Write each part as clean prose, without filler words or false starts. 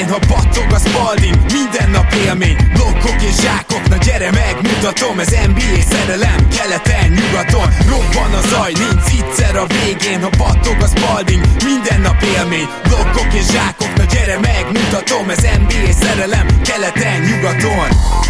végén, ha battog a Spalding, minden nap élmény, blokkok és zsákok, na gyere megmutatom, ez NBA szerelem, keleten, nyugaton, robban a zaj, nincs egyszer a végén, ha battog a Spalding, minden nap élmény, blokkok és zsákok, na gyere megmutatom, ez NBA szerelem, keleten, nyugaton.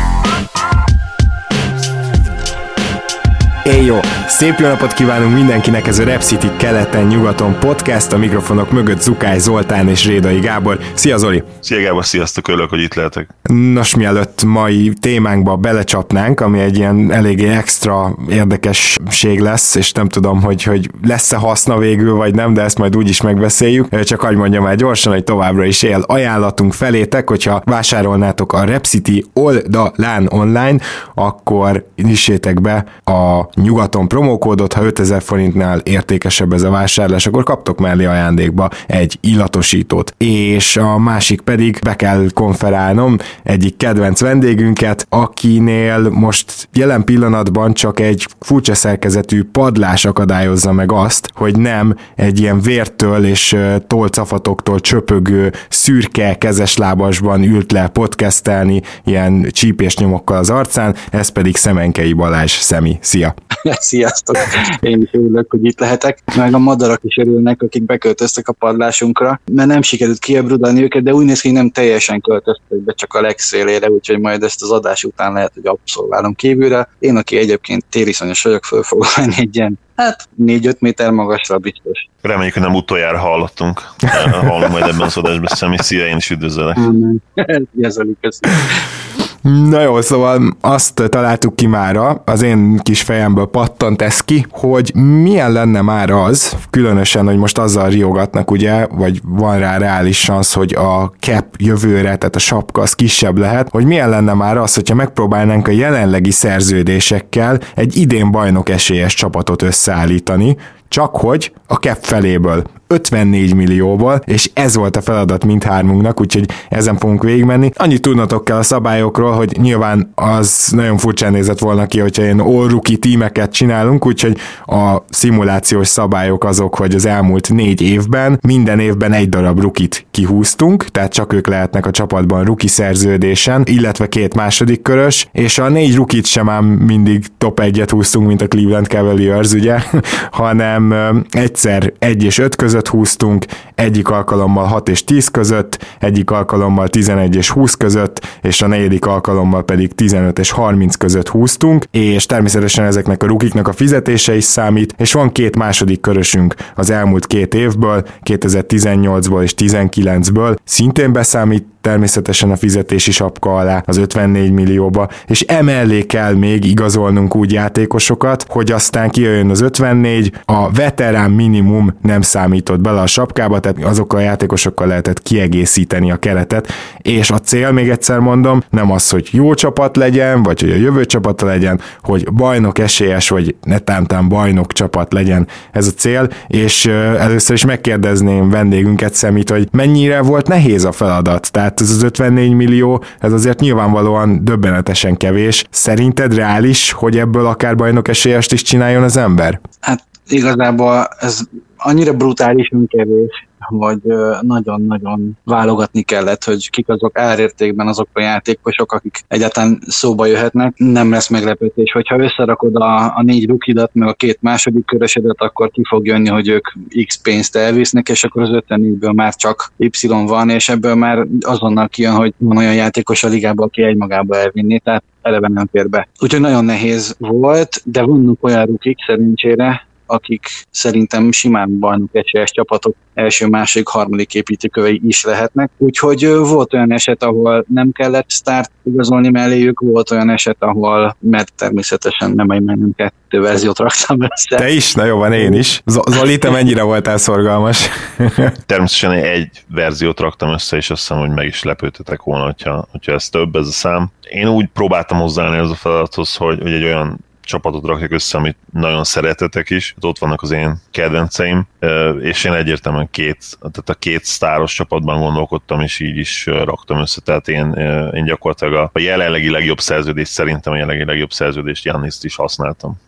Jó, szép jó napot kívánunk mindenkinek, ez a Rep City keleten-nyugaton podcast, a mikrofonok mögött Zukály Zoltán és Rédai Gábor. Szia Zoli! Szia Gábor, sziasztok, örülök, hogy itt lehetek. Nos, mielőtt mai témánkba belecsapnánk, ami egy ilyen eléggé extra érdekesség lesz, és nem tudom, hogy lesz-e haszna végül, vagy nem, de ezt majd úgyis megbeszéljük. Csak hogy mondjam el gyorsan, hogy továbbra is él ajánlatunk felétek, hogyha vásárolnátok a Rep City oldalán online, akkor nyissétek be a nyugaton promókódot, ha 5000 forintnál értékesebb ez a vásárlás, akkor kaptok mellé ajándékba egy illatosítót. És a másik pedig be kell konferálnom egyik kedvenc vendégünket, akinél most jelen pillanatban csak egy furcsa szerkezetű padlás akadályozza meg azt, hogy nem egy ilyen vértől és tollcafatoktól csöpögő szürke kezeslábasban ült le podcastelni ilyen csípés nyomokkal az arcán, ez pedig Szemenkei Balázs. Szemi, szia! Sziasztok! Én is örülök, hogy itt lehetek. Meg a madarak is örülnek, akik beköltöztek a padlásunkra, mert nem sikerült kiebrudalni őket, de úgy néz ki, hogy nem teljesen költöztek be, csak a legszélére, úgyhogy majd ezt az adás után lehet, hogy abszolválom kívülre. Én, aki egyébként tériszonyos vagyok, föl fogok menni egy ilyen 4-5 méter magasra biztos. Reméljük, hogy nem utoljára hallottunk. Hallom majd ebben az adásban, Szemi, szia, én is üdvözöllek. Köszönöm. Na jó, szóval azt találtuk ki mára, az én kis fejemből pattant ez ki, hogy milyen lenne már az, különösen, hogy most azzal riogatnak, ugye, vagy van rá reális szansz, hogy a cap jövőre, tehát a sapka az kisebb lehet, hogy milyen lenne már az, hogyha megpróbálnánk a jelenlegi szerződésekkel egy idén bajnok esélyes csapatot összeállítani, csak hogy a cap feléből, 54 millióból, és ez volt a feladat mindhármunknak, úgyhogy ezen fogunk végigmenni. Annyit tudnotok kell a szabályokról, hogy nyilván az nagyon furcsán nézett volna ki, hogyha ilyen all-rookie tímeket csinálunk, úgyhogy a szimulációs szabályok azok, hogy az elmúlt 4 évben minden évben egy darab rukit kihúztunk, tehát csak ők lehetnek a csapatban rookie szerződésen, illetve 2 második körös, és a 4 rukit sem ám mindig top 1-et húztunk, mint a Cleveland Cavaliers, ugye, hanem egyszer 1 és 5 között húztunk, egyik alkalommal 6 és 10 között, egyik alkalommal 11 és 20 között, és a 4. alkalommal pedig 15 és 30 között húztunk, és természetesen ezeknek a rukiknak a fizetése is számít, és van 2 második körösünk az elmúlt 2 évből, 2018-ból és 19-ből, szintén beszámít természetesen a fizetési sapka alá az 54 millióba, és emellé kell még igazolnunk úgy játékosokat, hogy aztán kijöjjön az 54, a veterán minimum nem számított bele a sapkába, tehát azokkal a játékosokkal lehetett kiegészíteni a keretet, és a cél, még egyszer mondom, nem az, hogy jó csapat legyen, vagy hogy a jövő csapata legyen, hogy bajnok esélyes, vagy netántán bajnok csapat legyen ez a cél, és először is megkérdezném vendégünket, Szemit, hogy mennyire volt nehéz a feladat, tehát ez az 54 millió, ez azért nyilvánvalóan döbbenetesen kevés. Szerinted reális, hogy ebből akár bajnok esélyest is csináljon az ember? Hát igazából ez annyira brutálisan kevés, hogy nagyon-nagyon válogatni kellett, hogy kik azok árértékben azok a játékosok, akik egyáltalán szóba jöhetnek. Nem lesz meglepetés, hogyha összerakod a 4 rukidat, meg a 2 második körösedet, akkor ki fog jönni, hogy ők X pénzt elvisznek, és akkor az 54-ből már csak Y van, és ebből már azonnal kijön, hogy van olyan játékos a ligában, aki egymagába elvinni, tehát eleve nem fér be. Úgyhogy nagyon nehéz volt, de vannak olyan rukik szerencsére, akik szerintem simán bajnok esélyes csapatok első, második, harmadik építőkövei is lehetnek. Úgyhogy volt olyan eset, ahol nem kellett sztárt igazolni melléjük, volt olyan eset, ahol, mert természetesen nem 2 verziót raktam össze. Te is? Na jó, van, én is. Zoli, te mennyire voltál szorgalmas? Természetesen egy verziót raktam össze, és azt hiszem, hogy meg is lepődtetek volna, hogyha ez több, ez a szám. Én úgy próbáltam hozzáállni ez a feladathoz, hogy egy olyan csapatot rakjak össze, amit nagyon szeretetek is. Ott vannak az én kedvenceim, és én egyértelműen tehát a 2 sztáros csapatban gondolkodtam, és így is raktam össze. Tehát én gyakorlatilag a jelenlegi legjobb szerződést, szerintem a jelenlegi legjobb szerződést, Gianniszt is használtam.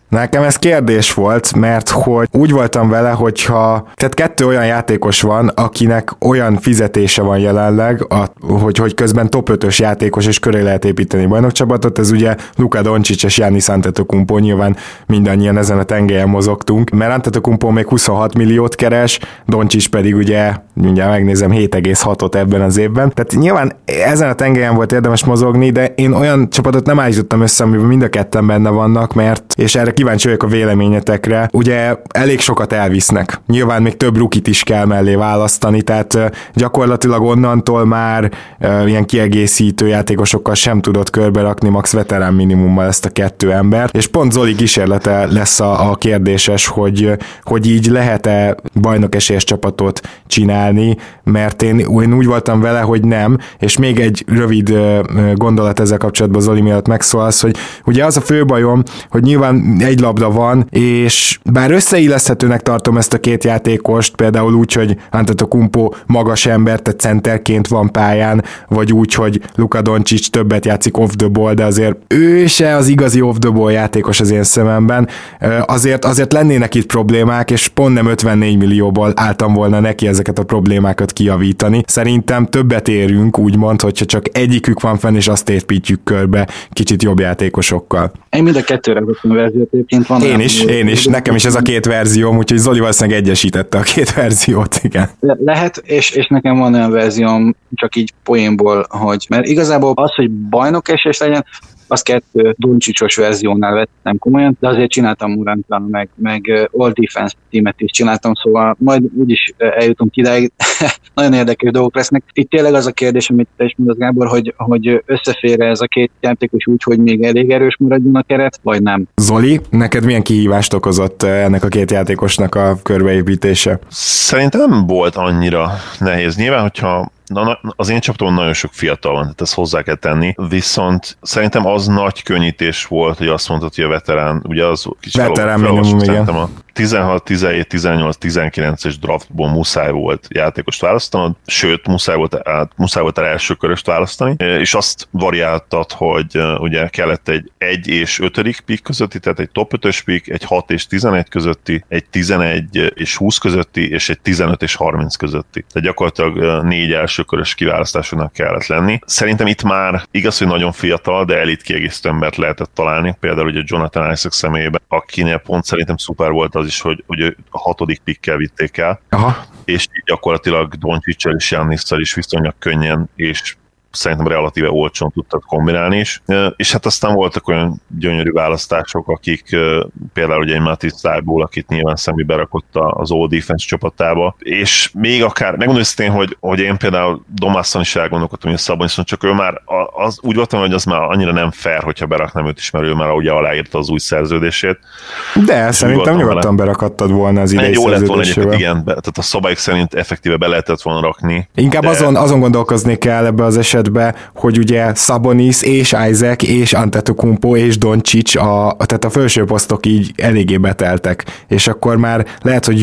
Nekem ez kérdés volt, mert hogy úgy voltam vele, tehát 2 olyan játékos van, akinek olyan fizetése van jelenleg, hogy közben top 5-ös játékos, és köré lehet építeni bajnokcsapatot, ez ugye Luka Doncic és Giannis Antetokounmpo, nyilván mindannyian ezen a tengelyen mozogtunk, mert Antetokounmpo még 26 milliót keres, Doncic pedig ugye, mindjárt megnézem, 7,6-ot ebben az évben, tehát nyilván ezen a tengelyen volt érdemes mozogni, de én olyan csapatot nem állítottam össze, amiben mind a ketten benne vannak, és erre kíváncsi vagyok a véleményetekre. Ugye elég sokat elvisznek. Nyilván még több rukit is kell mellé választani, tehát gyakorlatilag onnantól már ilyen kiegészítő játékosokkal sem tudod körbe rakni max veterán minimummal ezt a 2 embert, és pont Zoli kísérlete lesz a kérdéses, hogy így lehet-e bajnokesélyes csapatot csinálni, mert én úgy voltam vele, hogy nem, és még egy rövid gondolat ezzel kapcsolatban, Zoli miatt megszólalsz, hogy ugye az a fő bajom, hogy nyilván egy labda van, és bár összeilleszthetőnek tartom ezt a 2 játékost, például úgy, hogy Antetokounmpo magas ember, tehát centerként van pályán, vagy úgy, hogy Luka Doncic többet játszik off the ball, de azért ő se az igazi off the ball játékos az én szememben. Azért lennének itt problémák, és pont nem 54 millióból álltam volna neki ezeket a problémákat kijavítani. Szerintem többet érünk, úgymond, hogyha csak egyikük van fenn, és azt építjük körbe kicsit jobb játékosokkal. Én mind a 2-re a verziót egyébként van. Én is. Nekem is ez a 2 verzióm, úgyhogy Zoli valószínűleg egyesítette a 2 verziót, igen. Lehet, és nekem van olyan verzióm, csak így poénból, mert igazából az, hogy bajnokesélyes legyen, az 2 Doncicos verziónál vettem komolyan, de azért csináltam Moranttal, meg All Defense teamet is csináltam, szóval majd úgyis eljutunk ideig. Nagyon érdekes dolgok lesznek. Itt tényleg az a kérdés, amit te is mondasz, Gábor, hogy összefér ez a 2 játékos úgy, hogy még elég erős maradjon a keret, vagy nem. Zoli, neked milyen kihívást okozott ennek a 2 játékosnak a körbeépítése? Szerintem nem volt annyira nehéz. Nyilván, hogyha az én csapatomon nagyon sok fiatal van, tehát ezt hozzá kell tenni, viszont szerintem az nagy könnyítés volt, hogy azt mondtad, hogy a veterán, ugye az kicsit veterán minimum, igen. A 16, 17, 18, 19-es draftból muszáj volt játékost választanod, sőt, muszáj volt el első köröst választani, és azt variáltad, hogy ugye kellett egy 1 és 5. pick közötti, tehát egy top 5-ös pick, egy 6 és 11 közötti, egy 11 és 20 közötti, és egy 15 és 30 közötti. Tehát gyakorlatilag 4 elsőkörös kiválasztásúnak kellett lenni. Szerintem itt már igaz, hogy nagyon fiatal, de elit kiegészítő embert lehetett találni, például ugye Jonathan Isaac személyében, akinél pont szerintem szuper volt az is, hogy a 6. pickkel vitték el, és így gyakorlatilag Donciccal és Giannissal is viszonylag könnyen és szerintem relatíve olcsón tudtad kombinálni is. És hát aztán voltak olyan gyönyörű választások, akik például ugye egy Matisse Thybulle, akit nyilván Szemi berakott az All Defense csapatába, és még akár, megmondom őszintén, hogy én például Domászon is elgondolkodtam, hogy a Szaboniszon, csak ő már úgy voltam, hogy az már annyira nem fair, hogyha beraknám őt is, mert ő már ugye aláírta az új szerződését. De szerintem nyugodtan berakadtad volna az idei jó lett volna szerződésével. igen, tehát a szabályok szerint effektíve be lehetett volna rakni. Inkább azon gondolkozni kell ebbe az esetben, hogy ugye Sabonis és Isaac és Antetokounmpo és Doncic, tehát a felső posztok így eléggé beteltek, és akkor már lehet, hogy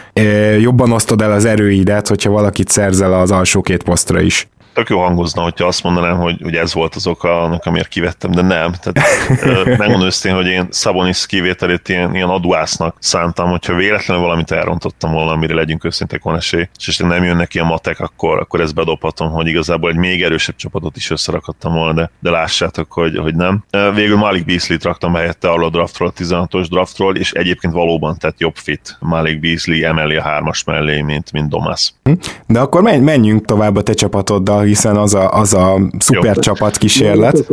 jobban osztod el az erőidet, hogyha valakit szerzel az alsó 2 posztra is. Tök jó hangozna, hogyha azt mondanám, hogy ez volt az oka annak, amiért kivettem, de nem. Tehát megmondom őszintén, hogy én Sabonis kivételét ilyen aduásznak szántam, hogyha véletlenül valamit elrontottam volna, amire legyünk őszinték van esély, és nem jönnek ilyen matek, akkor ezt bedobhatom, hogy igazából egy még erősebb csapatot is összerakhattam volna, de lássátok, hogy nem. Végül Malik Beasley-t raktam helyette arról a draftról, a 16-os draftról, és egyébként valóban tehát jobb fit Malik Beasley emeli a 3-as mellé, mint Domász. De akkor menjünk tovább a te csapatoddal, hiszen az a szuper csapat kísérlet.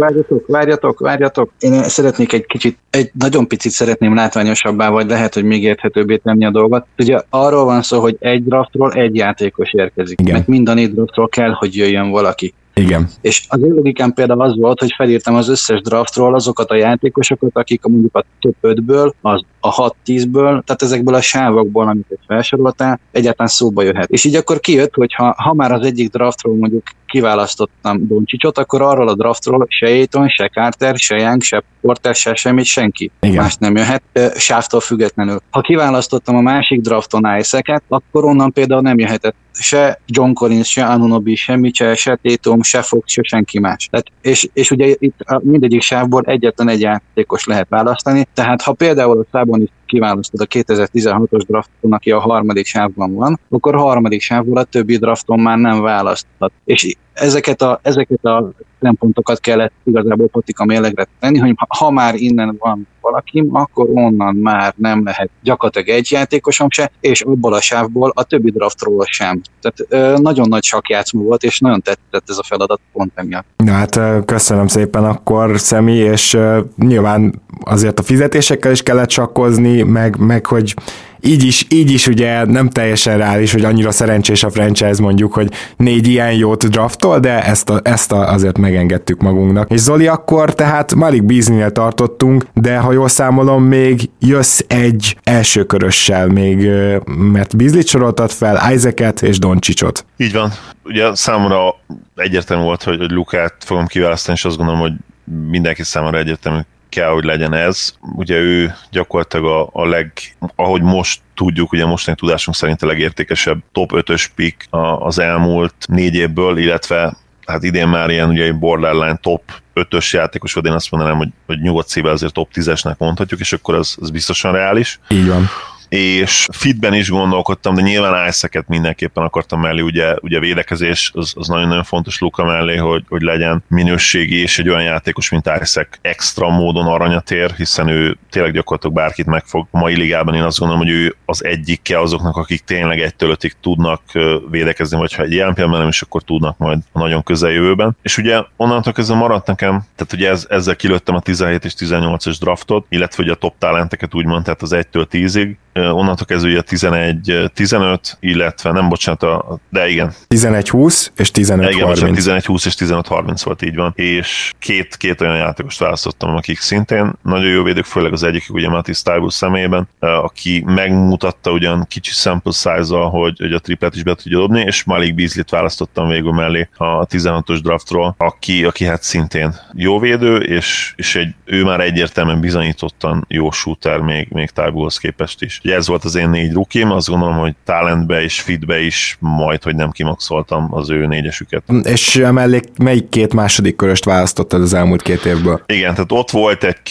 Várjatok. Én szeretnék egy nagyon picit szeretném látványosabbá, vagy lehet, hogy még érthetőbbé tenni a dolgot. Ugye arról van szó, hogy egy draftról egy játékos érkezik. Igen. Mert mind a 4 draftról kell, hogy jöjjön valaki. Igen. És az én logikám például az volt, hogy felírtam az összes draftról azokat a játékosokat, akik mondjuk a top 5-ből, az a 6-10-ből, tehát ezekből a sávokból, amiket felsoroltál, egyáltalán szóba jöhet. És így akkor kijött, hogy ha már az egyik draftról mondjuk kiválasztottam Doncsicsot, akkor arról a draftról se Ayton, se Carter, se Young, se Porter, se semmit, senki. Igen. Más nem jöhet, sávtól függetlenül. Ha kiválasztottam a másik drafton Isaac-et, akkor onnan például nem jöhetett se John Collins, se Anunoby, semmi, se Tatum, se Fox, se senki más. Tehát, és ugye itt mindegyik sávból egyetlen egy játékos lehet választani, tehát ha például a Sabonis kiválasztod a 2016-os drafton, aki a harmadik sávban van, akkor a harmadik sávból a többi drafton már nem választhat. És ezeket a szempontokat kellett igazából patika mérlegre tenni, hogy ha már innen van valaki, akkor onnan már nem lehet gyakorlatilag egy játékosom se, és abból a sávból a többi draftról sem. Tehát nagyon nagy sakkjátszma volt, és nagyon tetszett ez a feladat pont emiatt. Na hát köszönöm szépen akkor, Szemi, és nyilván azért a fizetésekkel is kellett sakkozni, meg hogy így is ugye nem teljesen reális, hogy annyira szerencsés a franchise mondjuk, hogy 4 ilyen jót draftol, de ezt azért megengedtük magunknak. És Zoli, akkor tehát Malik Beasley-nél tartottunk, de ha jól számolom, még jössz egy elsőkörössel még, mert Beasley-t soroltad fel, Isaac-et és Doncsicsot. Így van. Ugye számomra egyértelmű volt, hogy Lukát fogom kiválasztani, és azt gondolom, hogy mindenki számára egyértelmű kell, hogy legyen ez. Ugye ő gyakorlatilag ahogy most tudjuk, ugye mostani tudásunk szerint a legértékesebb top 5-ös pick az elmúlt 4 évből, illetve hát idén már ilyen ugye borderline top 5-ös játékos, vagy én azt mondanám, hogy nyugodt szívvel azért top 10-esnek mondhatjuk, és akkor az biztosan reális. Így van. És fitben is gondolkodtam, de nyilván Isaac-et mindenképpen akartam mellé, ugye védekezés az nagyon-nagyon fontos Luka mellé, hogy legyen minőségi, és egy olyan játékos, mint Isaac extra módon aranyat ér, hiszen ő tényleg gyakorlatilag bárkit megfog. A mai ligában én azt gondolom, hogy ő az egyike azoknak, akik tényleg 1-5-ig tudnak védekezni, vagy ha egy ilyen pillanatban nem is, akkor tudnak majd a nagyon közeljövőben. És ugye onnantól kezdve maradt nekem, tehát ugye ezzel kilőttem a 17 és 18-as draftot, illetve ugye a top talenteket úgymond, tehát az 1-től 10-ig. Onnantól kezdve ugye 11-15, illetve nem bocsánat, de igen. 11-20 és 15-30. Igen, 11-20 és 15-30 volt, így van. És két olyan játékost választottam, akik szintén nagyon jó védők, főleg az egyik, ugye Matisse Thybulle személyében, aki megmutatta ugyan kicsi sample size-al, hogy a triplet is be tudja dobni, és Malik Beasley-t választottam végül mellé a 16-os draftról, aki hát szintén jó védő, és ő már egyértelműen bizonyítottan jó shooter még Thybulle-hoz képest is. Ugye ez volt az én 4 rukim, azt gondolom, hogy talentbe és fitbe is majd, hogy nem kimaxoltam az ő 4-esüket. És emellé melyik 2 második köröst választottad az elmúlt 2 évből? Igen, tehát ott volt egy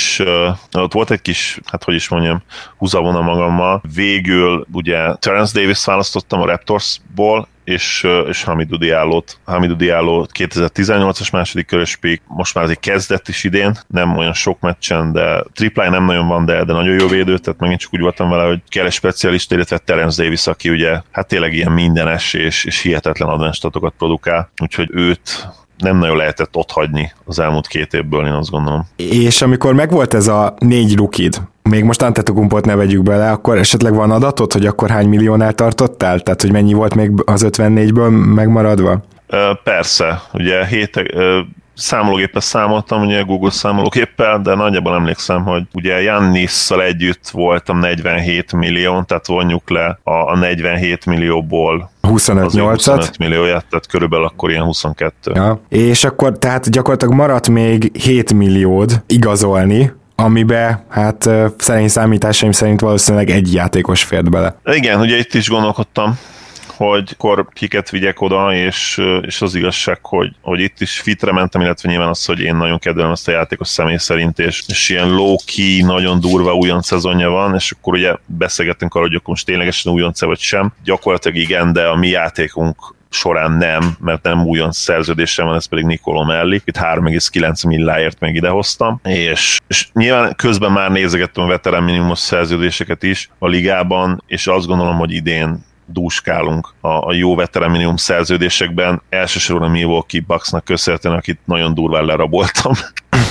kis, hát hogy is mondjam, húzavona magammal. Végül ugye Terence Davis választottam a Raptorsból, és Hamidou Diallo 2018-as második körös pick, most már azért kezdett is idén, nem olyan sok meccsen, de tripláj nem nagyon van, de nagyon jó védő, tehát megint csak úgy voltam vele, hogy kell egy specialista, illetve Terence Davis, aki ugye hát tényleg ilyen mindenes és hihetetlen advanced statokat produkál, úgyhogy őt nem nagyon lehetett ott hagyni az elmúlt 2 évből, én azt gondolom. És amikor megvolt ez a 4 rukid, még most Antetokumpot ne vegyük bele, akkor esetleg van adatod, hogy akkor hány milliónál tartottál? Tehát, hogy mennyi volt még az 54-ből megmaradva? Persze, ugye számológéppel számoltam, ugye Google számológéppel, de nagyjából emlékszem, hogy ugye Giannisszal együtt voltam 47 millió, tehát vonjuk le a 47 millióból 25 millióját, tehát körülbelül akkor ilyen 22. Ja. És akkor tehát gyakorlatilag maradt még 7 milliód igazolni, amibe hát szerény számításaim szerint valószínűleg egy játékos fért bele. Igen, ugye itt is gondolkodtam, hogy akkor kiket vigyek oda, és az igazság, hogy itt is fitre mentem, illetve nyilván az, hogy én nagyon kedvelem ezt a játékos személy szerint, és ilyen low-key, nagyon durva újonc szezonja van, és akkor ugye beszélgettünk arról, hogy akkor most ténylegesen újonc vagy sem. Gyakorlatilag igen, de a mi játékunk során nem, mert nem újonc szerződésem van, ez pedig Nicolo Melli. Itt 3,9 milláért még idehoztam, és nyilván közben már nézegettem a veterán minimumos szerződéseket is a ligában, és azt gondolom, hogy idén dúskálunk a jó veterán minimum szerződésekben, elsősorban a Milwaukee Bucksnak köszönhetően, akit nagyon durván leraboltam.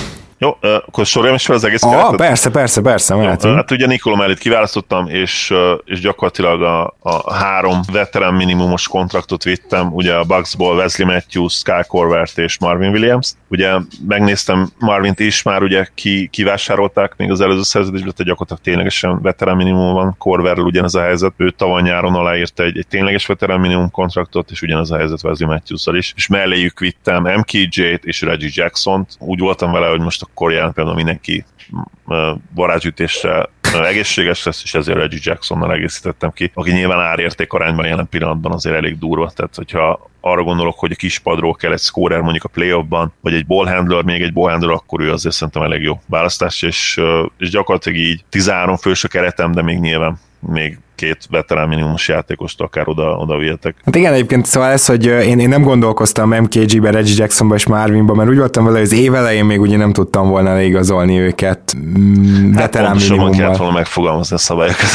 Jó, akkor sorjam is fel az egész keretet? Persze, mehetünk. Hát ugye Nicolo Mellit kiválasztottam, és gyakorlatilag a 3 veterán minimumos kontraktot vittem, ugye a Bucksból Wesley Matthews, Kyle Korvert és Marvin Williams. Ugye megnéztem Marvint is, már ugye kivásárolták még az előző szerződésben, tehát gyakorlatilag ténylegesen veterán minimum van. Korverrel ugyanez a helyzet, ő tavaly nyáron aláírta egy tényleges veterán minimum kontraktot, és ugyanez a helyzet Wesley Matthews-szal is. És melléjük vittem MKJ-t és Reggie Jackson-t. Úgy voltam vele, hogy most akkor jelen például mindenki varázsütésre egészséges lesz, és ezért Reggie Jacksonnal egészítettem ki, aki nyilván árérték arányban jelen pillanatban azért elég durva, tehát hogyha arra gondolok, hogy a kispadról kell egy scorer mondjuk a playoffban, vagy egy ballhandler, még egy ballhandler, akkor ő azért szerintem elég jó választás, és gyakorlatilag így 13 fős a keretem, de még nyilván még 2 veterán minimumos játékost akár oda vihetek. Hát igen, egyébként szóval ez, hogy én nem gondolkoztam MKG-be, Reggie Jacksonba és Marvinba, mert úgy voltam vele, hogy az év elején még ugye nem tudtam volna leigazolni őket veterán minimummal. Kellett volna megfogalmazni a szabályokat.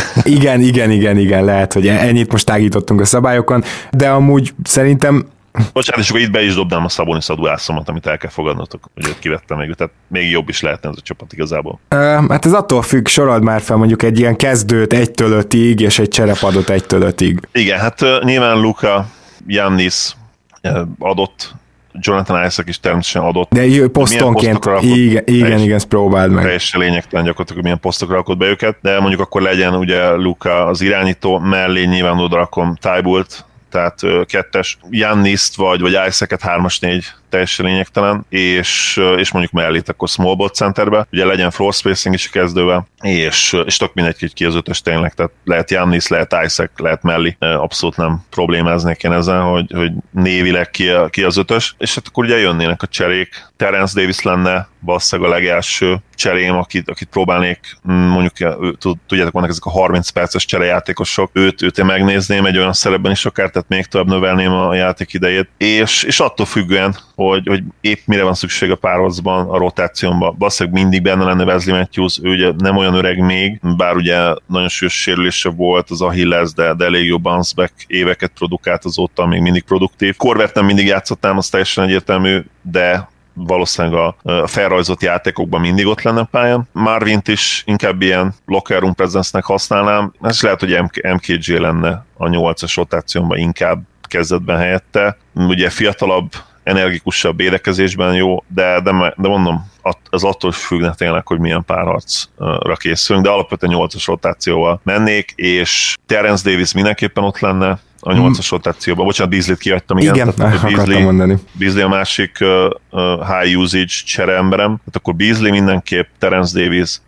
Igen, lehet, hogy ennyit most tágítottunk a szabályokon, de amúgy szerintem bocsánat, és akkor itt be is dobnám a Szabonis adóászomat, amit el kell fogadnotok, hogy kivettem még, tehát még jobb is lehetne ez a csapat igazából. Hát ez attól függ, sorold már fel mondjuk egy ilyen kezdőt 1-től 5-ig, és egy cserepadot 1-től 5-ig. Igen, hát nyilván Luka, Giannis adott, Jonathan Isaac is természetesen adott. De posztonként, igen, ezt próbáld meg. Teljesen lényegtelen gyakorlatilag, milyen posztokra rakod be őket, de mondjuk akkor legyen ugye Luka az irányító, mellé nyilván oda rakom Tybalt, tehát 2-es, Giannist vagy Isaac-et 3-4 teljesen lényegtelen, és mondjuk mellét akkor small ball centerbe, ugye legyen floor spacing is a kezdővel, és tök mindegy, ki az 5-ös tényleg, tehát lehet Giannis, lehet Isaac, lehet Melli, abszolút nem problémáznék én ezzel, hogy névileg ki az 5-ös, és hát akkor ugye jönnének a cserék, Terence Davis lenne valószínűleg a legelső cserém, akit próbálnék, mondjuk tudjátok, vannak ezek a 30 perces cserejátékosok, őt én megnézném egy olyan szerepben is akár, tehát még tovább növelném a játék idejét, és attól függően, hogy épp mire van szükség a párharcban, a rotációban. Valószínűleg mindig benne lenne Wesley Matthews, ő ugye nem olyan öreg még, bár ugye nagyon súlyos sérülése volt az Achilles, de elég jó bounce back éveket produkált azóta, még mindig produktív. Korvert nem mindig játszottam, az teljesen egyértelmű, de valószínűleg a felrajzott játékokban mindig ott lenne pályán. Marvint is inkább ilyen locker room presence-nek használnám, ez lehet, hogy MKG lenne a 8-as rotációban inkább kezdetben helyette. Ugye fiatalabb, energikusabb védekezésben jó, de mondom, az attól függne tényleg, hogy milyen párharcra készülünk, de alapvetően 8-as rotációval mennék, és Terence Davis mindenképpen ott lenne a 8-as rotációban. Bocsánat, Beasley-t kihagytam, igen akartam mondani. Beasley a másik high usage csereemberem, tehát akkor Beasley mindenképp, Terence Davis,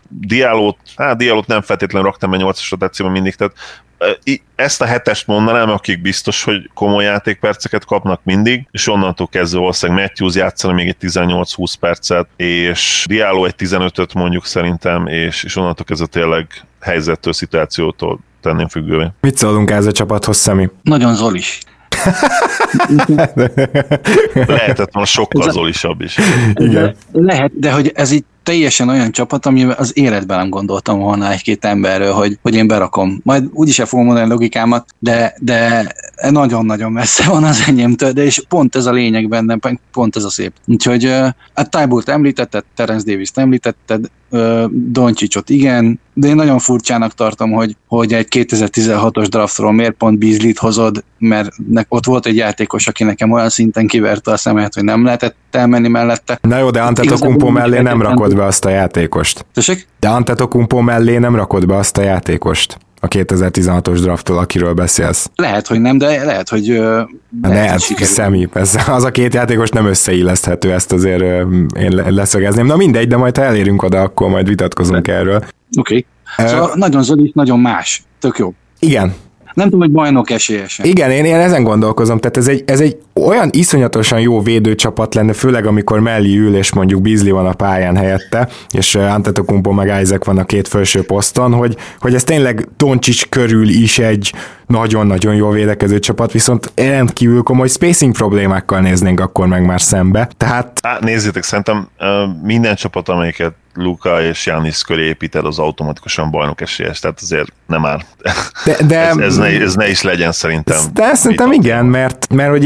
Dialót nem feltétlenül raktam egy 8-as rotációban mindig, tehát ezt a 7-est mondanám, akik biztos, hogy komoly játékperceket kapnak mindig, és onnantól kezdve valószínűleg Matthews játszani még egy 18-20 percet, és Diallo egy 15-öt mondjuk szerintem, és onnantól kezdve tényleg helyzettől, szituációtól tenném függővé. Mit szólunk ez a csapathoz, Szemi? Nagyon zolis. Lehetett volna sokkal zolisabb is. Igen. Lehet, de hogy ez így teljesen olyan csapat, amivel az életben nem gondoltam volna egy-két emberről, hogy én berakom. Majd úgyis el fogom mondani a logikámat, de nagyon-nagyon messze van az enyémtől, de és pont ez a lényeg bennem, pont ez a szép. Úgyhogy a Tybalt említetted, Terence Davis-t említetted, Doncsicsot igen, de én nagyon furcsának tartom, hogy egy 2016-os draftról miért pont Beasley-t hozod, mert ott volt egy játékos, aki nekem olyan szinten kiverte a szemet, hogy nem lehetett elmenni mellette. Na jó, de Antetokounmpo mellé nem rakod be azt a játékost. Tessék? De Antetokounmpo mellé nem rakod be azt a játékost a 2016-os drafttól, akiről beszélsz. Lehet, hogy nem, de lehet, hogy Szemi, az a két játékos nem összeilleszthető, ezt azért én leszögezném. Na mindegy, de majd ha elérünk oda, akkor majd vitatkozunk erről. Oké. Szóval nagyon zöld, nagyon más. Tök jó. Igen. Nem tudom, hogy bajnok esélyesen. Igen, én ezen gondolkozom, tehát ez egy olyan iszonyatosan jó védőcsapat lenne, főleg amikor Melli ül, és mondjuk Beasley van a pályán helyette, és Antetokounmpo meg Isaac van a két felső poszton, hogy ez tényleg Doncsics körül is egy nagyon-nagyon jó védekező csapat, viszont rendkívül komoly spacing problémákkal néznénk akkor meg már szembe. Tehát... Nézzétek, szerintem minden csapat, amelyiket Luka és Giannis köré építed, az automatikusan bajnok esélyes, tehát azért nem áll. De ez ne is legyen szerintem. De szerintem igen, mert hogy itt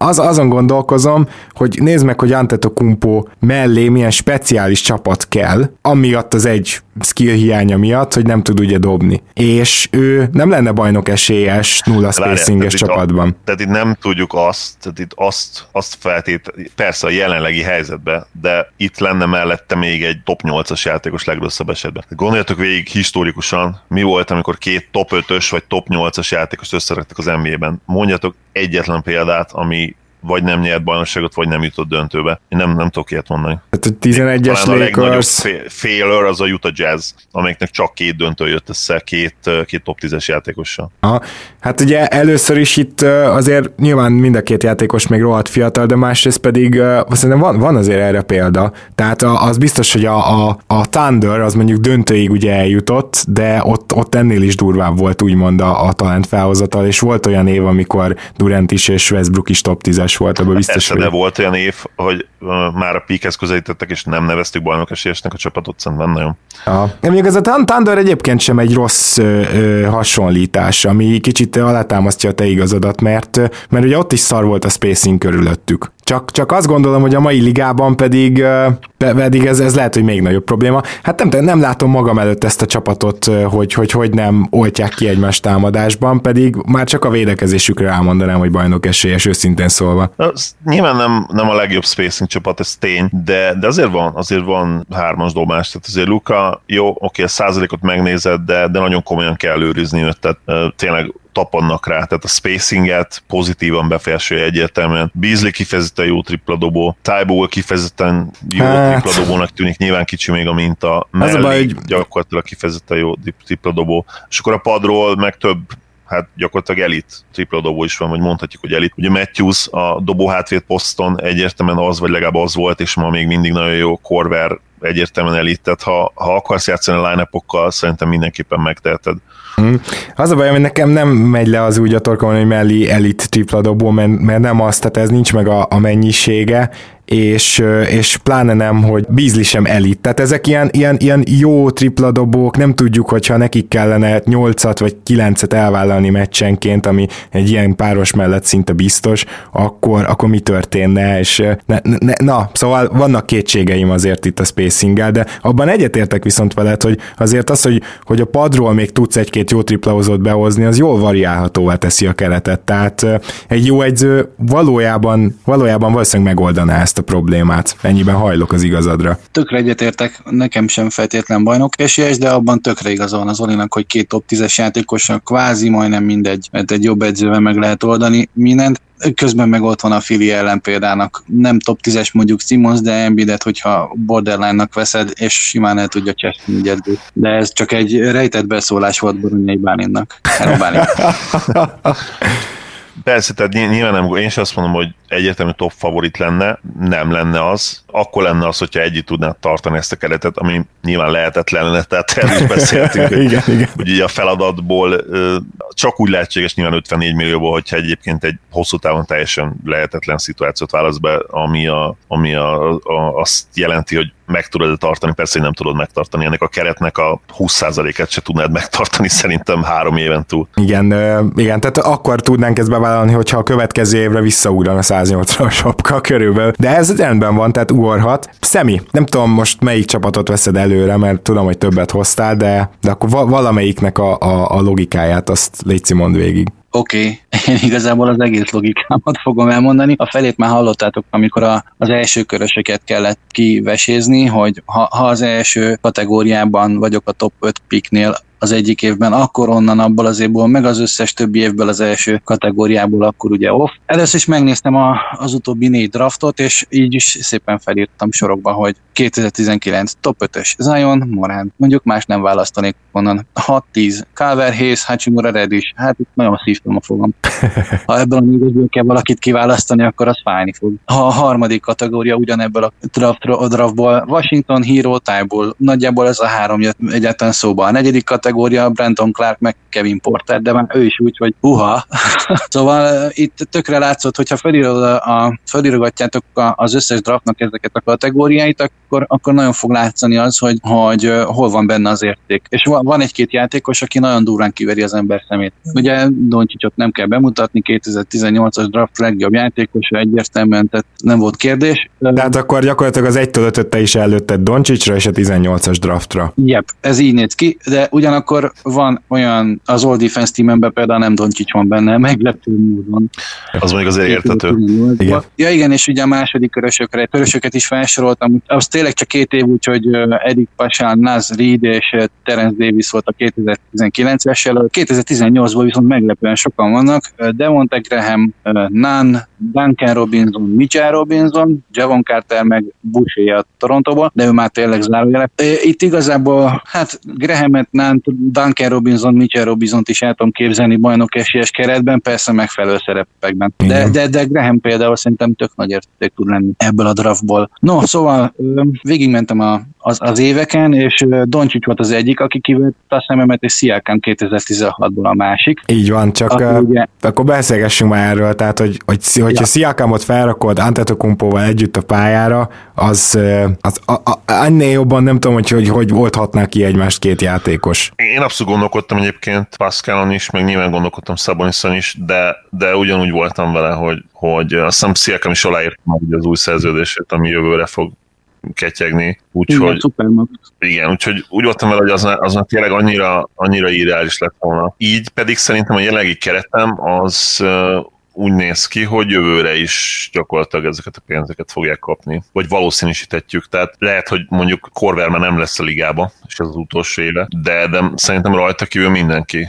azon gondolkozom, hogy nézd meg, hogy Antetokounmpo mellé milyen speciális csapat kell, amiatt az egy skill hiánya miatt, hogy nem tud ugye dobni. És ő nem lenne bajnok esélyes nulla spacinges csapatban. Tehát itt nem tudjuk tehát itt azt persze a jelenlegi helyzetben, de itt lenne mellette még egy top 8-as játékos legrosszabb esetben. Gondoljatok végig historikusan, mi volt, amikor két top 5-ös vagy top 8-as játékost összeraktak az NBA-ben. Mondjatok egyetlen példát, ami vagy nem nyert bajnokságot, vagy nem jutott döntőbe. Én nem tudok ilyet mondani. Tehát a 11-es Lakers. A legnagyobb failure az a Utah Jazz, amelyiknek csak 2 döntő jött össze, két top 10-es játékossal. Hát ugye először is itt azért nyilván mind a két játékos még rohadt fiatal, de másrészt pedig szerintem van azért erre példa. Tehát az biztos, hogy a Thunder az mondjuk döntőig ugye eljutott, de ott ennél is durvább volt úgymond a talent felhozatal, és volt olyan év, amikor Durant is és Westbrook is top 10-es volt, abban biztos, de volt olyan év, hogy már a peakhez közelítettek, és nem neveztük bajnok esélyesnek a csapatot, szerintem nagyon. Még ez a Thunder egyébként sem egy rossz hasonlítás, ami kicsit alátámasztja a te igazadat, mert ugye ott is szar volt a spacing körülöttük. Csak azt gondolom, hogy a mai ligában pedig ez lehet, hogy még nagyobb probléma. Hát nem látom magam előtt ezt a csapatot, hogy nem oltják ki egymást támadásban, pedig már csak a védekezésükre elmondanám, hogy bajnok esélyes, őszintén szólva. Nyilván nem a legjobb spacing csapat, ez tény, de azért van 3-as dobás, tehát azért Luka, jó, oké, a százalékot megnézed, de nagyon komolyan kell őrizni őt, tehát tényleg tapadnak rá, tehát a spacinget pozitívan befolyásolja egyértelműen. Beasley kifejezetten jó tripladobó, Thybulle kifejezetten jó tripladobónak tűnik, nyilván kicsi még a minta, Melli gyakorlatilag kifejezetten jó tripladobó, és akkor a padról meg több, hát gyakorlatilag elit tripladobó is van, vagy mondhatjuk, hogy elit. Ugye Matthews a dobó hátvét poszton egyértelműen az, vagy legalább az volt, és ma még mindig nagyon jó. Korver egyértelműen elit, tehát ha akarsz játszani a line-upokkal, szerintem mindenképpen megteheted. Az a baj, hogy nekem nem megy le az úgy a torkomon, hogy Melli elit tripladobó, mert nem az, tehát ez nincs meg a mennyisége, és pláne nem, hogy Beasley sem elit. Tehát ezek ilyen jó tripladobók, nem tudjuk, hogyha nekik kellene 8-at vagy 9-et elvállalni meccsenként, ami egy ilyen páros mellett szinte biztos, akkor mi történne, és szóval vannak kétségeim azért itt a spacinggel, de abban egyetértek viszont veled, hogy azért az, hogy a padról még tudsz egy-két jó triplahozót behozni, az jól variálhatóvá teszi a keretet, tehát egy jó edző valójában valószínűleg megoldaná ezt a problémát. Ennyiben hajlok az igazadra. Tökre egyetértek, nekem sem feltétlen bajnok esélyes, de abban tökre igaza van az Olinak, hogy 2 top 10-es játékosnak kvázi majdnem mindegy, mert egy jobb edzővel meg lehet oldani mindent. Közben meg ott van a Philly ellenpéldának. Nem top 10-es mondjuk Simmons, de Embiidet, hogyha borderline-nak veszed, és simán el tudja cseszni egy edzőt. De ez csak egy rejtett beszólás volt Boronyai Bálintnak. Hello Bálint. Persze, tehát nyilván nem, én sem azt mondom, hogy egyértelmű top favorit lenne, nem lenne az. Akkor lenne az, hogyha együtt tudnád tartani ezt a keretet, ami nyilván lehetetlen lenne, tehát erről is beszéltünk, igen. Hogy ugye a feladatból csak úgy lehetséges nyilván 54 millióból, hogyha egyébként egy hosszú távon teljesen lehetetlen szituációt válasz be, ami azt jelenti, hogy meg tudod tartani, persze, hogy nem tudod megtartani, ennek a keretnek a 20%-et se tudnád megtartani szerintem 3 éven túl. Igen, tehát akkor tudnánk ezt bevállalni, hogyha a következő évre visszaugran a 108-ra a sapka körülbelül. De ez rendben van, tehát ugorhat. Szemi, nem tudom most melyik csapatot veszed előre, mert tudom, hogy többet hoztál, de akkor valamelyiknek a logikáját azt légy mondd végig. Oké, én igazából az egész logikámat fogom elmondani. A felét már hallottátok, amikor az első körösöket kellett kivesézni, hogy ha az első kategóriában vagyok a top 5 picknél az egyik évben, akkor onnan abból az évból, meg az összes többi évből az első kategóriából, akkor ugye off. Először is megnéztem az utóbbi 4 draftot, és így is szépen felírtam sorokba, hogy 2019 top 5-ös Zion, Morant, mondjuk más nem választanék onnan. 6-10, Calvert, Hayes, Hachimura, Reddish, hát itt nagyon szívtam a fogam. Ha ebből a 4-ből kell valakit kiválasztani, akkor az fájni fog. Ha a harmadik kategória ugyanebből a draftból Washington, Hero, Thybulle, nagyjából ez a 3 jött egyáltalán szóba. A negyedik kategória kategória Brandon Clark meg Kevin Porter, de már ő is úgy, hogy Szóval itt tökre látszott, hogyha felirogatjátok az összes draftnak ezeket a kategóriáit, akkor nagyon fog látszani az, hogy hol van benne az érték. És van egy-két játékos, aki nagyon durván kiveri az ember szemét. Ugye Doncsicsot nem kell bemutatni, 2018-as draft legjobb játékosa egyértelműen, tehát nem volt kérdés. Tehát akkor gyakorlatilag az 1-5-öt te is előtted Doncsicsra és a 18-as draftra. Yep, ez így néz ki, de ugyanakkor van olyan, az All Defense teamemben például nem Doncsics van benne, meglepő módon. Az mondjuk azért értető. Igen. Ja igen, és ugye a második körösöket is felsoroltam, az tényleg csak 2 év, úgyhogy Eric Pascal, Naz Reid és Terence Davis volt a 2019-es jelölt. 2018-ból viszont meglepően sokan vannak. Devonte Graham, Nunn, Duncan Robinson, Mitchell Robinson, Javon Carter meg Boucher a Torontóból, de ő már tényleg zárójelet. Itt igazából, hát Grahamet, Nunn, Duncan Robinson, Mitchell Robinsont is el tudom képzelni bajnok esélyes keretben, persze megfelelő szerepekben. De Graham például szerintem tök nagy érték tud lenni ebből a draftból. No, szóval végigmentem az éveken, és Doncsics volt az egyik, aki kivett a szememet, és Siakam 2016-ból a másik. Így van, csak ugye... akkor beszélgessünk már erről, tehát hogyha Siakamot felrakod Antetokounmpóval együtt a pályára, az ennél jobban nem tudom, hogy oldhatná ki egymást két játékos. Én abszolút gondolkodtam egyébként Pascalon is, meg nyilván gondolkodtam Szabonison is, de ugyanúgy voltam vele, hogy azt hiszem Siakam is aláírta majd az új szerződését, ami jövőre fog ketyegni, úgyhogy úgyhogy úgy voltam vele, hogy az tényleg annyira irreális lett volna. Így pedig szerintem a jelenlegi keretem az úgy néz ki, hogy jövőre is gyakorlatilag ezeket a pénzeket fogják kapni, vagy valószínűsítetjük, tehát lehet, hogy mondjuk Korver már nem lesz a ligába, és ez az utolsó éve, de szerintem rajta kívül mindenki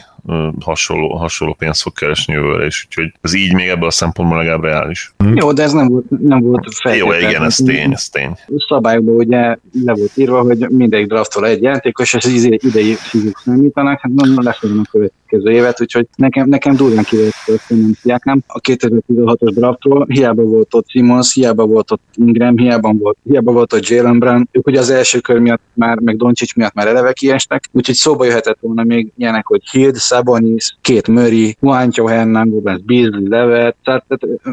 hasonló pénzt fog keresni jövőre is, úgyhogy ez így még ebből a szempontból legalább reális. Jó, de ez nem volt feltétlenül. Jó, igen, ez tény. Szabályokban ugye le volt írva, hogy mindegy draftol egy játékos, és az idei fizik számítanak, hát nem lefogom a következő évet, úgyhogy nekem durván kivett nem Siakam. A 2016-os draftról hiába volt ott Simmons, hiába volt ott Ingram, hiába volt ott Jaylen Brown, ők ugye az első kör miatt már, meg Doncsics miatt már eleve kiestek, úgyhogy szóba jöhetett volna még ilyenek, hogy Hield, Sabonis, Kate Murray, Juancho Hernández, Beasley, Levet, tehát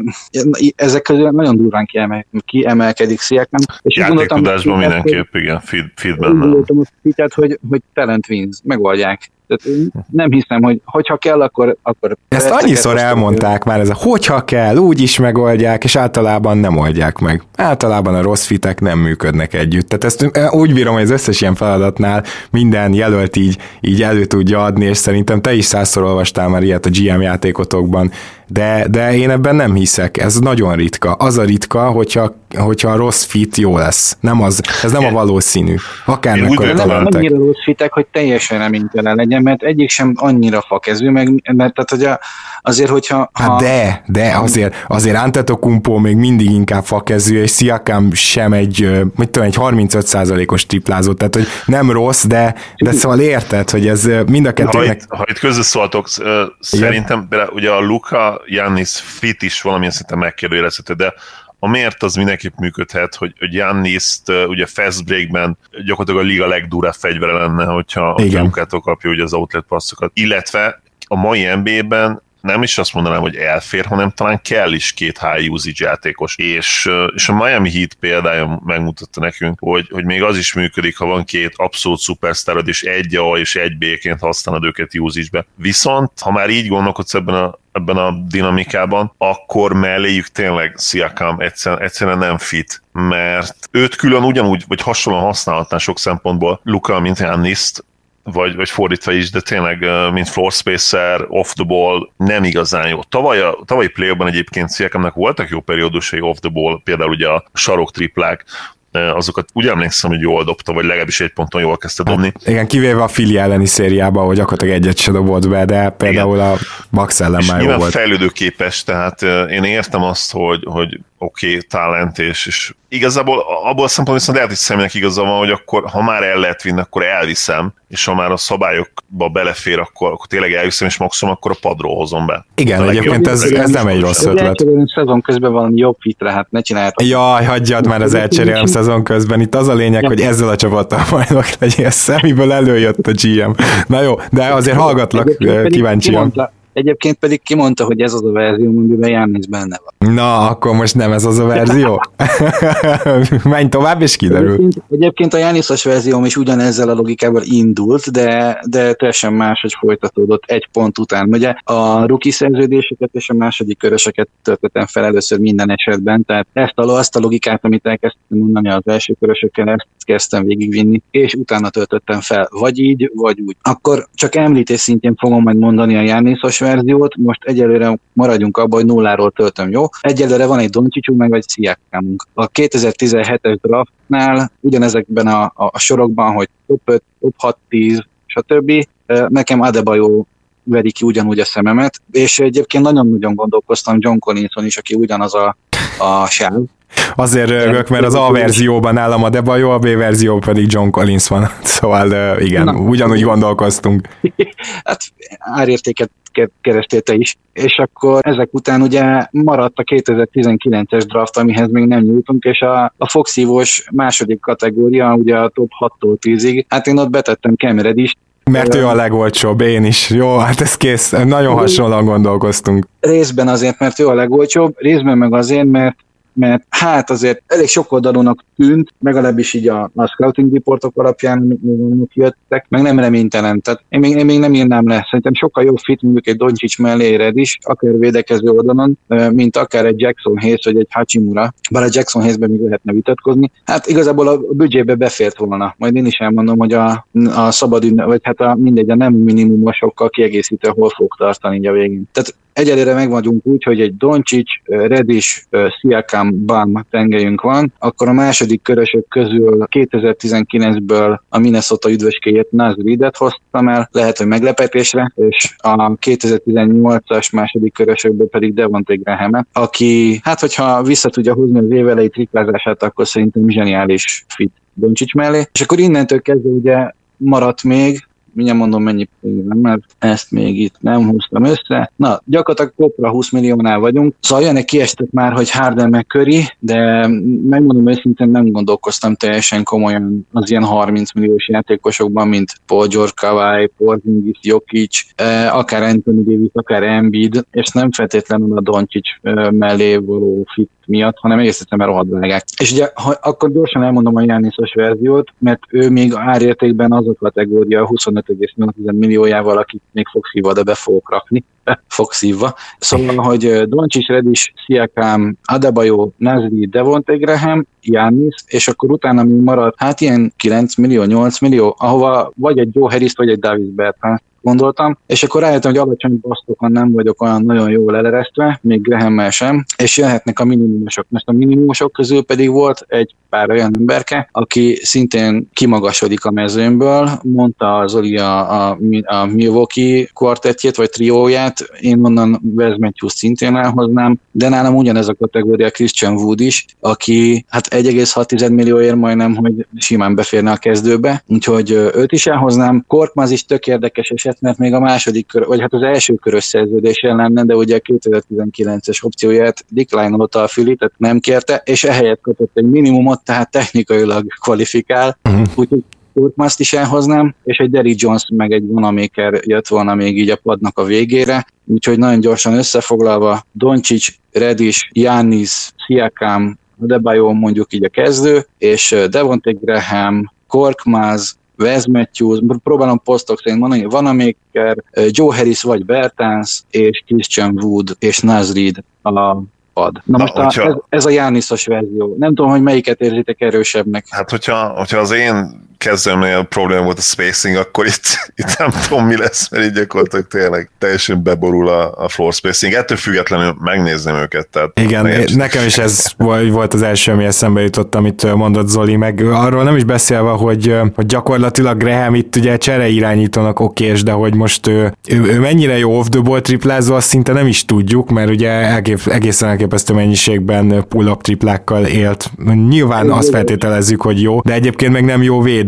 ezek közül nagyon durván kiemelkedik Siakam. Játéktudásban mindenképp, igen, feedben nem. Hogy talent wins, megoldják. Tehát nem hiszem, hogyha kell, akkor ezt annyiszor elmondták már, hogyha kell, úgy is megoldják, és általában nem oldják meg. Általában a rossz fitek nem működnek együtt. Tehát ezt úgy bírom, hogy az összes ilyen feladatnál minden jelölt így elő tudja adni, és szerintem te is 100-szor olvastál már ilyet a GM játékotokban, de én ebben nem hiszek. Ez nagyon ritka. Az a ritka, hogyha a rossz fit jó lesz. Ez nem a valószínű. Akár mekkora talentek. Nem annyira rossz fitek, hogy teljesen reménytelen legyen, mert egyik sem annyira fakezű, mert tehát, hogy azért, hogyha... De azért Antetokounmpo még mindig inkább fakezű, és Siakam sem egy 35%-os triplázó, tehát hogy nem rossz, de szóval érted, hogy ez mind a kettőnek... Ha itt közösszóltok, szerintem ugye a Luka Giannis fit is valamilyen szinten megkérdőjelezhető, de a miért az mindenképp működhet, hogy Giannist ugye fast breakben gyakorlatilag a liga legdurább fegyvere lenne, hogyha Lukától kapja ugye az outlet passzokat, illetve a mai NBA-ben nem is azt mondanám, hogy elfér, hanem talán kell is két high usage játékos. És a Miami Heat példája megmutatta nekünk, hogy még az is működik, ha van két abszolút szupersztárod, és egy A és egy B-ként használod őket usage-be. Viszont, ha már így gondolkodsz ebben a dinamikában, akkor melléjük tényleg Siakam egyszerűen nem fit, mert őt külön ugyanúgy, vagy hasonlóan használhatná sok szempontból Luka, mint Giannist, vagy fordítva is, de tényleg mint floor spacer, off the ball nem igazán jó. Tavalyi play-ban egyébként Siakamnak voltak jó periódusai off the ball, például ugye a sarok triplák, azokat úgy emlékszem, hogy jól dobta, vagy legalábbis egy ponton jól kezdte dobni. Igen, kivéve a Philly elleni szériában, hogy gyakorlatilag egyet se dobott be, de például a Bucks ellen már jó volt. Fejlődőképes, tehát én értem azt, hogy oké, talent, és igazából abból a szempontból viszont lehet, hogy személynek igaza van, hogy akkor, ha már el lehet vinni, akkor elviszem, és ha már a szabályokba belefér, akkor tényleg eljusszam, és maximum akkor a padról hozom be. Igen, egyébként ez nem egy rossz ötlet. Szezon közben valami jobb fitre, hát ne csináljátok. Jaj, hagyjad már az elcserélem szezon közben. Itt az a lényeg, hogy ezzel a csapattal bajnok legyél, szemiből előjött a GM. Na jó, de azért hallgatlak, kíváncsian. Egyébként pedig kimondta, hogy ez az a verzió, amiben Giannis benne van. Na, akkor most nem ez az a verzió? Menj tovább, és kiderül. Egyébként a Giannisos verzióm is ugyanezzel a logikával indult, de teljesen máshogy folytatódott egy pont után. Ugye a rookie szerződéseket és a második köröseket töltöttem fel először minden esetben, tehát azt a logikát, amit elkezdtem mondani az első körösökkel, ezt kezdtem végigvinni, és utána töltöttem fel, vagy így, vagy úgy. Akkor csak említés szintjén fogom majd mondani a Giannisos verziót, most egyelőre maradjunk abban, hogy nulláról töltöm, jó? Egyelőre van egy Doncsicsunk, meg egy Siakamunk. A 2017-es draftnál ugyanezekben a sorokban, hogy top 5, top 6, 10, stb. Nekem Adebayo veri ki ugyanúgy a szememet, és egyébként nagyon-nagyon gondolkoztam John Collinson is, aki ugyanaz a sáv. Azért rögök, mert az A verzióban nálam Adebayo, a B verzió pedig John Collins van. Szóval igen, ugyanúgy gondolkoztunk. Hát árértéket kerestél te is. És akkor ezek után ugye maradt a 2019-es draft, amihez még nem nyújtunk, és a Fox-hívós második kategória, ugye a top 6-tól 10-ig, hát én ott betettem Cam Reddish. Mert ő a legolcsóbb, én is. Jó, hát ez kész. Nagyon hasonlóan gondolkoztunk. Részben azért, mert ő a legolcsóbb, részben meg azért, mert hát azért elég sokoldalúnak tűnt, legalábbis így a scouting reportok alapján, amik jöttek, meg nem reménytelen. Tehát én még nem írnám le. Szerintem sokkal jobb fit mondjuk egy Doncic mellé Reddish, akár védekező oldalon, mint akár egy Jackson Hayes vagy egy Hachimura. Bár a Jackson Hayesben még lehetne vitatkozni. Hát igazából a büdzsébe befért volna. Majd én is elmondom, hogy a szabad vagy hát a nem minimumosokkal kiegészítő hol fog tartani így a végén. Tehát egyelőre meg vagyunk úgy, hogy egy Doncic, Reddish, Siakam, Bam tengelyünk van, akkor a második körösök közül 2019-ből a Minnesota üdvöskéjét Naz Reedet hoztam el, lehet, hogy meglepetésre, és a 2018-as második körösökből pedig Devonte Graham-et, aki, hát hogyha vissza tudja húzni az évelei triplázását, akkor szerintem zseniális fit Doncic mellé. És akkor innentől kezdve ugye maradt még, mindjárt mondom mennyi pénzem, mert ezt még itt nem húztam össze. Na, gyakorlatilag kopra 20 milliónál vagyunk. Szóval ilyenek kiestek már, hogy Harden meg Curry, de megmondom őszintén nem gondolkoztam teljesen komolyan az ilyen 30 milliós játékosokban, mint Paul George, Kawhi, Porzingis, Jokic, akár Anthony Davis, akár Embiid, és nem feltétlenül a Doncic mellé való fit miatt, hanem egész egyszerűen rohadt drágák. És ugye akkor gyorsan elmondom a Giannisos verziót, mert ő még árértékben az a kategória 25,8 milliójával, akit még Fox-hívva, de be fogok rakni. Fox-hívva. Szóval, hogy Doncic, Reddish, Siakam, Adebayo, Naz Reid, Devonte Graham, Giannis, és akkor utána mi maradt, hát ilyen 9 millió, 8 millió, ahova vagy egy Joe Harris, vagy egy Davis Bertans gondoltam, és akkor rájöttem, hogy alacsony basztokon nem vagyok olyan nagyon jól eleresztve, még Grahammel sem, és jöhetnek a minimumosok. Most a minimumosok közül pedig volt egy pár olyan emberke, aki szintén kimagasodik a mezőnből, mondta Zoli a Milwaukee kvartettjét, vagy trióját, én onnan Wes Matthews szintén elhoznám, de nálam ugyanez a kategória Christian Wood is, aki hát 1,6 millióért majdnem, hogy simán beférne a kezdőbe, úgyhogy őt is elhoznám. Korkmaz is tök érdekes eset, mert még a második kör, vagy hát az első körös szerződésen lenne, de ugye a 2019-es opcióját decline-olta a Philly, tehát nem kérte, és ehelyett kapott egy minimumot, tehát technikailag kvalifikál, úgyhogy Korkmazt is elhoznám, és egy Derrick Jones meg egy Wanamaker jött volna még így a padnak a végére, úgyhogy nagyon gyorsan összefoglalva Doncic, Reddish, Giannis, Siakam, Adebayo mondjuk így a kezdő, és Devonte Graham, Korkmaz, Wes Matthews, próbálom posztok szerint mondani, Wanamaker, Joe Harris vagy Bertans, és Christian Wood, és Naz Reid a pad. Na most ez a Giannisos verzió. Nem tudom, hogy melyiket érzitek erősebbnek. Hát hogyha az én kezdőmnél probléma volt a spacing, akkor itt nem tudom, mi lesz, mert így gyakorlatilag tényleg teljesen beborul a floor spacing. Ettől függetlenül megnézném őket. Tehát igen, nekem is ez volt az első, ami eszembe jutott, amit mondott Zoli, meg arról nem is beszélve, hogy gyakorlatilag Graham itt ugye csereirányítónak okés, de hogy most ő mennyire jó off the ball triplázó, azt szinte nem is tudjuk, mert ugye egészen elképesztő mennyiségben pull-up triplákkal élt. Nyilván azt feltételezzük, hogy jó, de egyébként meg nem jó védő,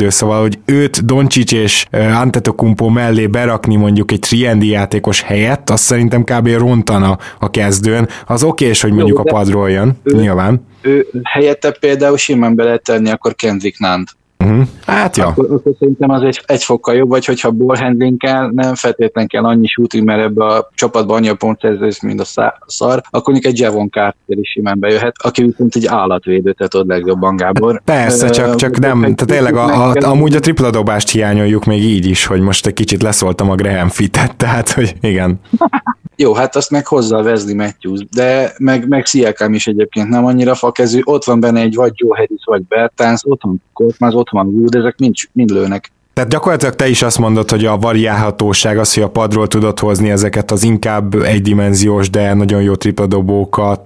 védő, szóval, hogy őt Doncic és Antetokounmpo mellé berakni mondjuk egy 3&D játékos helyett, azt szerintem kb. Rontana a kezdőn. Az okés, hogy mondjuk a padról jön, nyilván. Ő helyette például simán be lehet tenni akkor Kendrick Nunn. Hát ja. Akkor szerintem az egy fokkal jobb, vagy hogyha ballhandling kell, nem feltétlenül kell annyi shooting, mert ebbe a csapatban annyi a pontszerzés, mint a szar, akkor mondjuk egy Javon Carter is simán bejöhet, aki viszont egy állatvédő, tehát ott legjobban, Gábor. Persze, csak nem, tehát tényleg amúgy a tripladobást hiányoljuk még így is, hogy most egy kicsit leszóltam a Graham Fittet, tehát, hogy igen. Jó, hát azt meg hozzá Wesley Matthews, de meg Siakam is egyébként nem annyira fakezű, ott van benne egy vagy Joe Harris, vagy Bertans, ott van Korkmaz, ott van Wood, ezek mind lőnek. Tehát gyakorlatilag te is azt mondod, hogy a variálhatóság az, hogy a padról tudod hozni ezeket az inkább egydimenziós, de nagyon jó tripladobókat,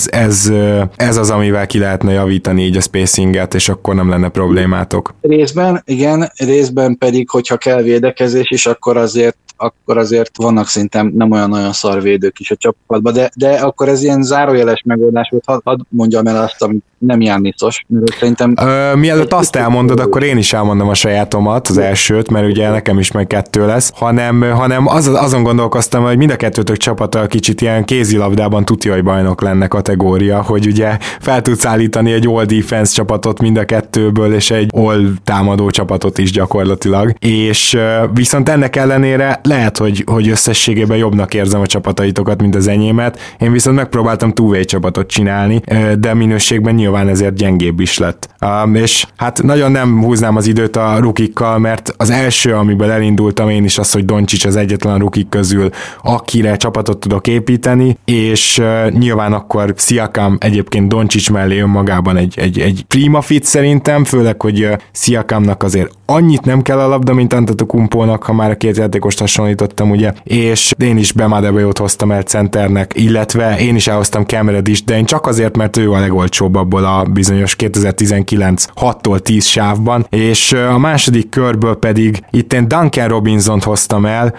ez az, amivel ki lehetne javítani így a spacinget, és akkor nem lenne problémátok. Részben, igen, részben pedig, hogyha kell védekezés is, akkor azért vannak szerintem nem olyan nagyon szarvédők is a csapatban, de akkor ez ilyen zárójeles megoldás volt, hadd mondjam el azt, amit nem Giannisos, mert szerintem... Mielőtt azt elmondod, akkor én is elmondom a sajátomat, az elsőt, mert ugye nekem is meg 2 lesz, hanem azon gondolkoztam, hogy mind a kettőtök csapata kicsit ilyen kézilabdában tuti, hogy bajnok lenne kategória, hogy ugye fel tudsz állítani egy all defense csapatot mind a kettőből, és egy all támadó csapatot is gyakorlatilag, és viszont ennek ellenére lehet, hogy összességében jobbnak érzem a csapataitokat, mint az enyémet, én viszont megpróbáltam two-way csapatot csinálni, de minőségben nyilván ezért gyengébb is lett. És hát nagyon nem húznám az időt a rukikkal, mert az első, amiből elindultam én is az, hogy Doncic az egyetlen rukik közül, akire csapatot tudok építeni, és nyilván akkor Siakam egyébként Doncic mellé önmagában egy prima fit szerintem, főleg, hogy Siakamnak azért annyit nem kell a labda, mint Antetokounmpónak, ha már a két játékost hasonlítottam, ugye, és én is Bam Adebayot hoztam el centernek, illetve én is elhoztam Cameron is, de én csak azért, mert ő a legolcsóbb abból a bizonyos 2019 6-tól 10 sávban, és a második körből pedig itt én Duncan Robinsont hoztam el,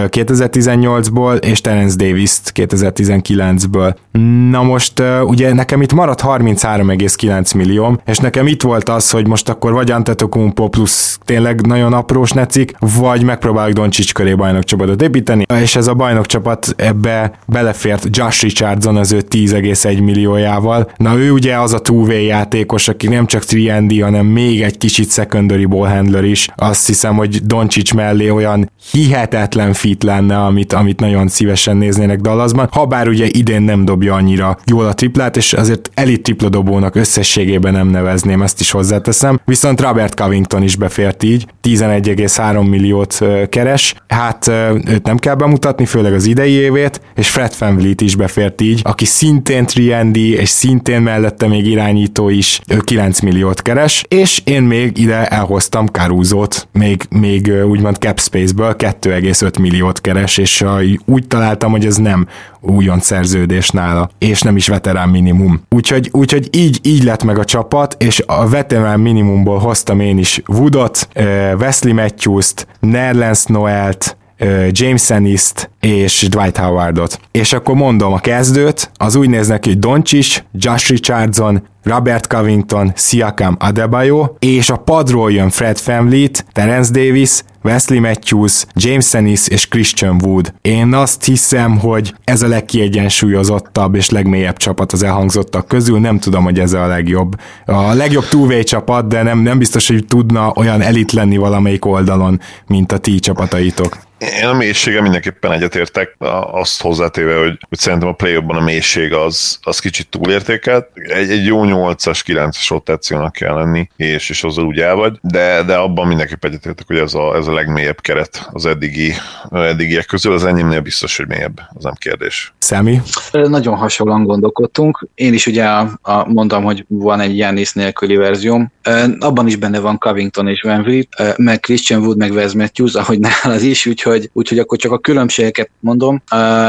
2018-ból, és Terence Davis-t 2019-ből. Na most ugye nekem itt maradt 33,9 millió, és nekem itt volt az, hogy most akkor vagy Antetokounmpo plusz tényleg nagyon aprós necik, vagy megpróbálok Doncic köré bajnokcsapatot építeni, és ez a bajnokcsapat ebbe belefért Josh Richardson az ő 10,1 milliójával. Na ő ugye az a two-way játékos, aki nem csak 3&D, hanem még egy kicsit secondary ball handler is. Azt hiszem, hogy Doncic mellé olyan hihetetlen fit lenne, amit nagyon szívesen néznének Dallasban, habár ugye idén nem dobja annyira jól a triplát, és azért elit tripladobónak összességében nem nevezném, ezt is hozzáteszem. Viszont Robert Covington is befért így, 11,3 milliót keres, hát őt nem kell bemutatni, főleg az idei évét, és Fred VanVleet is befért így, aki szintén 3&D, és szintén mellette még irányító is, ő 9 milliót keres, és én még ide elhoztam Caruzót, még úgymond cap space-ből 2,5 milliót keres, és úgy találtam, hogy ez nem újonc szerződés nála, és nem is veterán minimum. Úgyhogy így lett meg a csapat, és a veterán minimumból hoztam én is Woodot, Wesley Matthews-t, Nerlens Noelt, James Ennis-t és Dwight Howardot. És akkor mondom a kezdőt, az úgy néz neki, hogy Doncic, Josh Richardson, Robert Covington, Siakam, Adebayo, és a padról jön Fred VanVleet, Terence Davis, Wesley Matthews, James Ennis és Christian Wood. Én azt hiszem, hogy ez a legkiegyensúlyozottabb és legmélyebb csapat az elhangzottak közül, nem tudom, hogy ez a legjobb. A legjobb two-way csapat, de nem biztos, hogy tudna olyan elit lenni valamelyik oldalon, mint a ti csapataitok. Én a mélysége mindenképpen egyetértek, azt hozzátéve, hogy szerintem a play-offban a mélység az kicsit túlértékelt. Egy jó 8-as, 9-as rotációnak kell lenni, és azzal úgy el vagy, de abban mindenképpen egyetértek, hogy ez a legmélyebb keret az eddigiek közül, az enyémnél biztos, hogy mélyebb, az nem kérdés. Számi? Nagyon hasonlóan gondolkodtunk. Én is ugye mondtam, hogy van egy Giannis nélküli verzióm. Abban is benne van Covington és VanVleet, meg Christian Wood, meg Wes Matthews, ahogy nálad is, úgyhogy akkor csak a különbségeket mondom.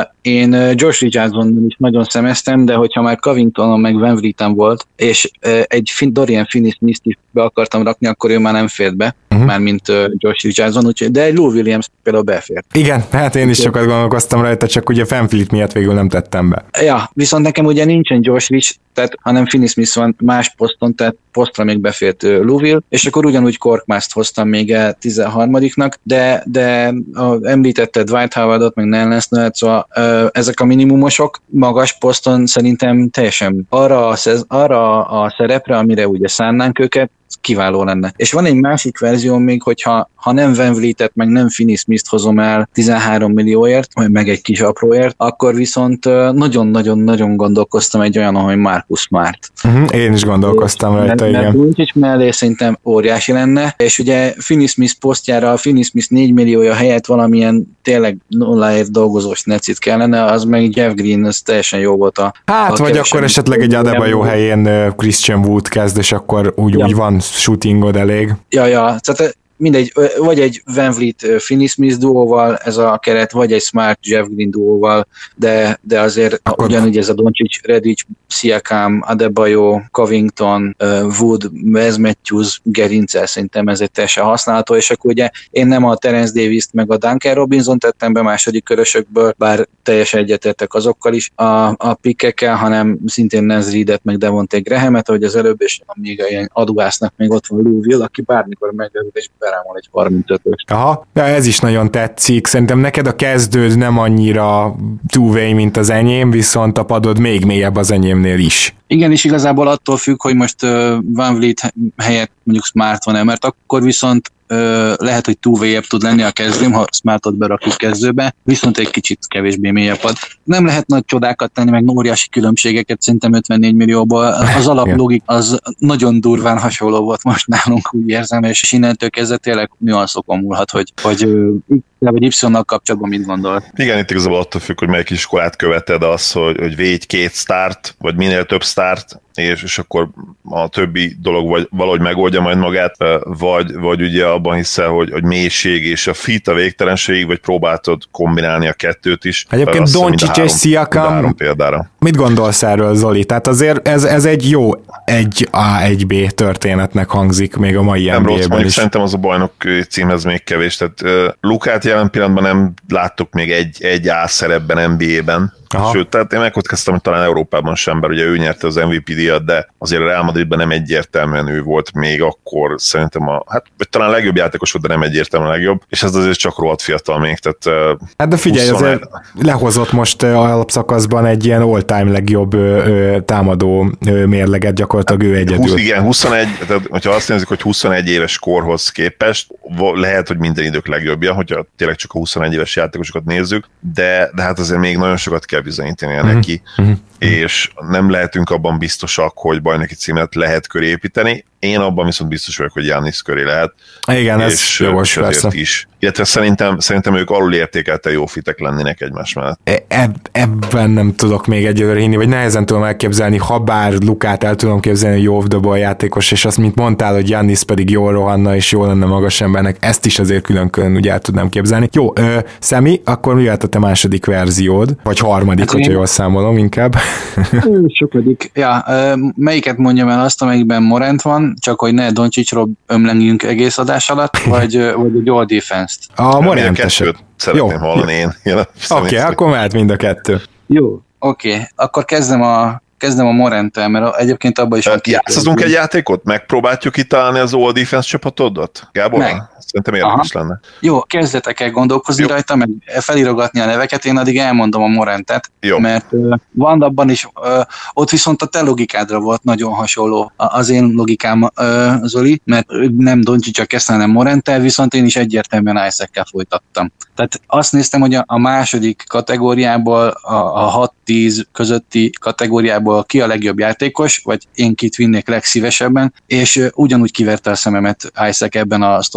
Én Josh Richardson is nagyon szemeztem, de hogyha már Covingtonon meg VanVleeten volt, és egy Dorian Finney-Smith is be akartam rakni, akkor ő már nem fért be. mármint Josh Richardson, úgyhogy, de egy Lou Williams például befért. Igen, hát én is sokat gondolkoztam rajta, csak ugye Fanfleet miatt végül nem tettem be. Ja, viszont nekem ugye nincsen Josh Rich, tehát, hanem Finney Smith van más poszton, tehát posztra még befért Louisville, és akkor ugyanúgy Korkmázt hoztam még el 13-nak, de említetted Dwight Howardot, meg Nelson, szóval ezek a minimumosok magas poszton szerintem teljesen arra a szerepre, amire ugye szánnánk őket, kiváló lenne. És van egy másik verzió még, hogyha nem Van Vleet-et, meg nem Finney Smith-t hozom el 13 millióért, vagy meg egy kis apróért, akkor viszont nagyon-nagyon-nagyon gondolkoztam egy olyan, ahogy Marcus Smart. Én is gondolkoztam rajta, igen. Úgyhogy mellé szerintem óriási lenne, és ugye Finney Smith posztjára, Finney Smith 4 milliója helyett valamilyen tényleg nulláért dolgozós necit kellene, az meg Jeff Green, ez teljesen jó volt vagy akkor esetleg egy Adebayo helyén Christian Wood kezd, és akkor úgy van shootingod elég. Ja, tehát mindegy, vagy egy Van Vliet Finney Smith duóval ez a keret, vagy egy Smart Jeff Green duóval, de azért ugyanúgy ez a Doncic, Redick, Siakam, Adebayo, Covington, Wood, Wes Matthews, Gerinccel szerintem ez egy teljesen használható, és akkor ugye én nem a Terence Davis-t meg a Duncan Robinson tettem be második körösökből, bár teljesen egyetértek azokkal is a pikkekkel, hanem szintén Naz Reedet meg Devontae Grahamet, ahogy az előbb, és még ilyen aduásznak még ott van Louisville, aki bármikor megderül, és berámol egy 35-ös. Aha, de ez is nagyon tetszik. Szerintem neked a kezdőd nem annyira two-way, mint az enyém, viszont a padod még mélyebb az enyémnél is. Igen, és igazából attól függ, hogy most Van Vliet helyett mondjuk Smart van-e, mert akkor viszont lehet, hogy two-way-ebb tud lenni a kezdőm, ha Smartot berakjuk kezdőbe, viszont egy kicsit kevésbé mélyebb pad. Nem lehet nagy csodákat tenni, meg óriási különbségeket, szerintem 54 millióból. Az alaplogik az nagyon durván hasonló volt most nálunk, úgy érzem, és innentől kezdve tényleg nüanszokon múlhat, hogy vagy Y-nal kapcsolatban mit gondol? Igen, itt igazából attól függ, hogy melyik iskolát követed az, hogy védj 2 sztárt, vagy minél több sztárt, és akkor a többi dolog valahogy megoldja majd magát, vagy ugye abban hiszel, hogy mélység és a fit a végtelenség, vagy próbáltad kombinálni a kettőt is. Egyébként Doncic és Siakam, mit gondolsz erről, Zoli? Tehát azért ez egy jó 1A-1B történetnek hangzik még a mai NBA-ben is. Szerintem az a bajnok címhez még kevés, tehát Lukát jelen pillanatban nem láttuk még egy A szerepben NBA-ben. Aha. Sőt, tehát én megkockáztam, hogy talán Európában sem, mert ugye ő nyerte az MVP díjat, de azért a Real Madridben nem egyértelműen ő volt még akkor szerintem vagy talán a legjobb játékos volt, de nem egyértelműen a legjobb, és ez azért csak rohadt fiatal még, tehát... Hát de figyelj, azért lehozott most alapszakaszban egy ilyen all-time legjobb támadó mérleget, gyakorlatilag ő egyedül. Igen, 21, tehát hogyha azt nézzük, hogy 21 éves korhoz képest, lehet, hogy minden idők legjobbja, hogyha tényleg csak a 21 éves játékosokat nézzük, de hát azért még nagyon sokat kell bizonyítani neki, és nem lehetünk abban biztosak, hogy bajnoki címet lehet köré építeni. Én abban viszont biztos vagyok, hogy Giannis köré lehet. Igen, ez jogos, persze. Is. Illetve szerintem ők alul értékelte jó fitek lennének egymás mellett. Ebben nem tudok még egyelőre hinni, vagy nehezen tudom elképzelni, ha bár Lukát el tudom képzelni, hogy jó off-the-ball játékos, és azt, mint mondtál, hogy Giannis pedig jól rohanna, és jól lenne magas embernek, ezt is azért külön ugye el tudnám képzelni. Jó, Szemi, akkor mi lehet a te második verziód? Vagy harmadik, hát hogyha jól számolom inkább. Sokadik. Ja, melyiket mondjam el azt, amelyikben Morant van, csak hogy ne Doncicról ömlengjünk egész adás alatt, vagy a All Defense-t. A Morant eset. Szeretném hallani én. Oké, akkor mehet mind a kettő. Jó, oké. Akkor kezdem a Morant-tel, mert egyébként abban is... Játszazunk egy játékot? Megpróbáljuk kitalálni az All Defense csapatodat? Gábor? Szerintem érdekes lenne. Jó, kezdetek el gondolkozni rajta, meg felirogatni a neveket, én addig elmondom a Morantet, mert van abban is, ott viszont a te logikádra volt nagyon hasonló az én logikám, Zoli, mert nem Doncsics kezdte, hanem Moranttel, viszont én is egyértelműen Isaac-kel folytattam. Tehát azt néztem, hogy a második kategóriából, a 6-10 közötti kategóriából ki a legjobb játékos, vagy én kit vinnék legszívesebben, és ugyanúgy kiverte a szememet Isaac ebben a sztoriban, mint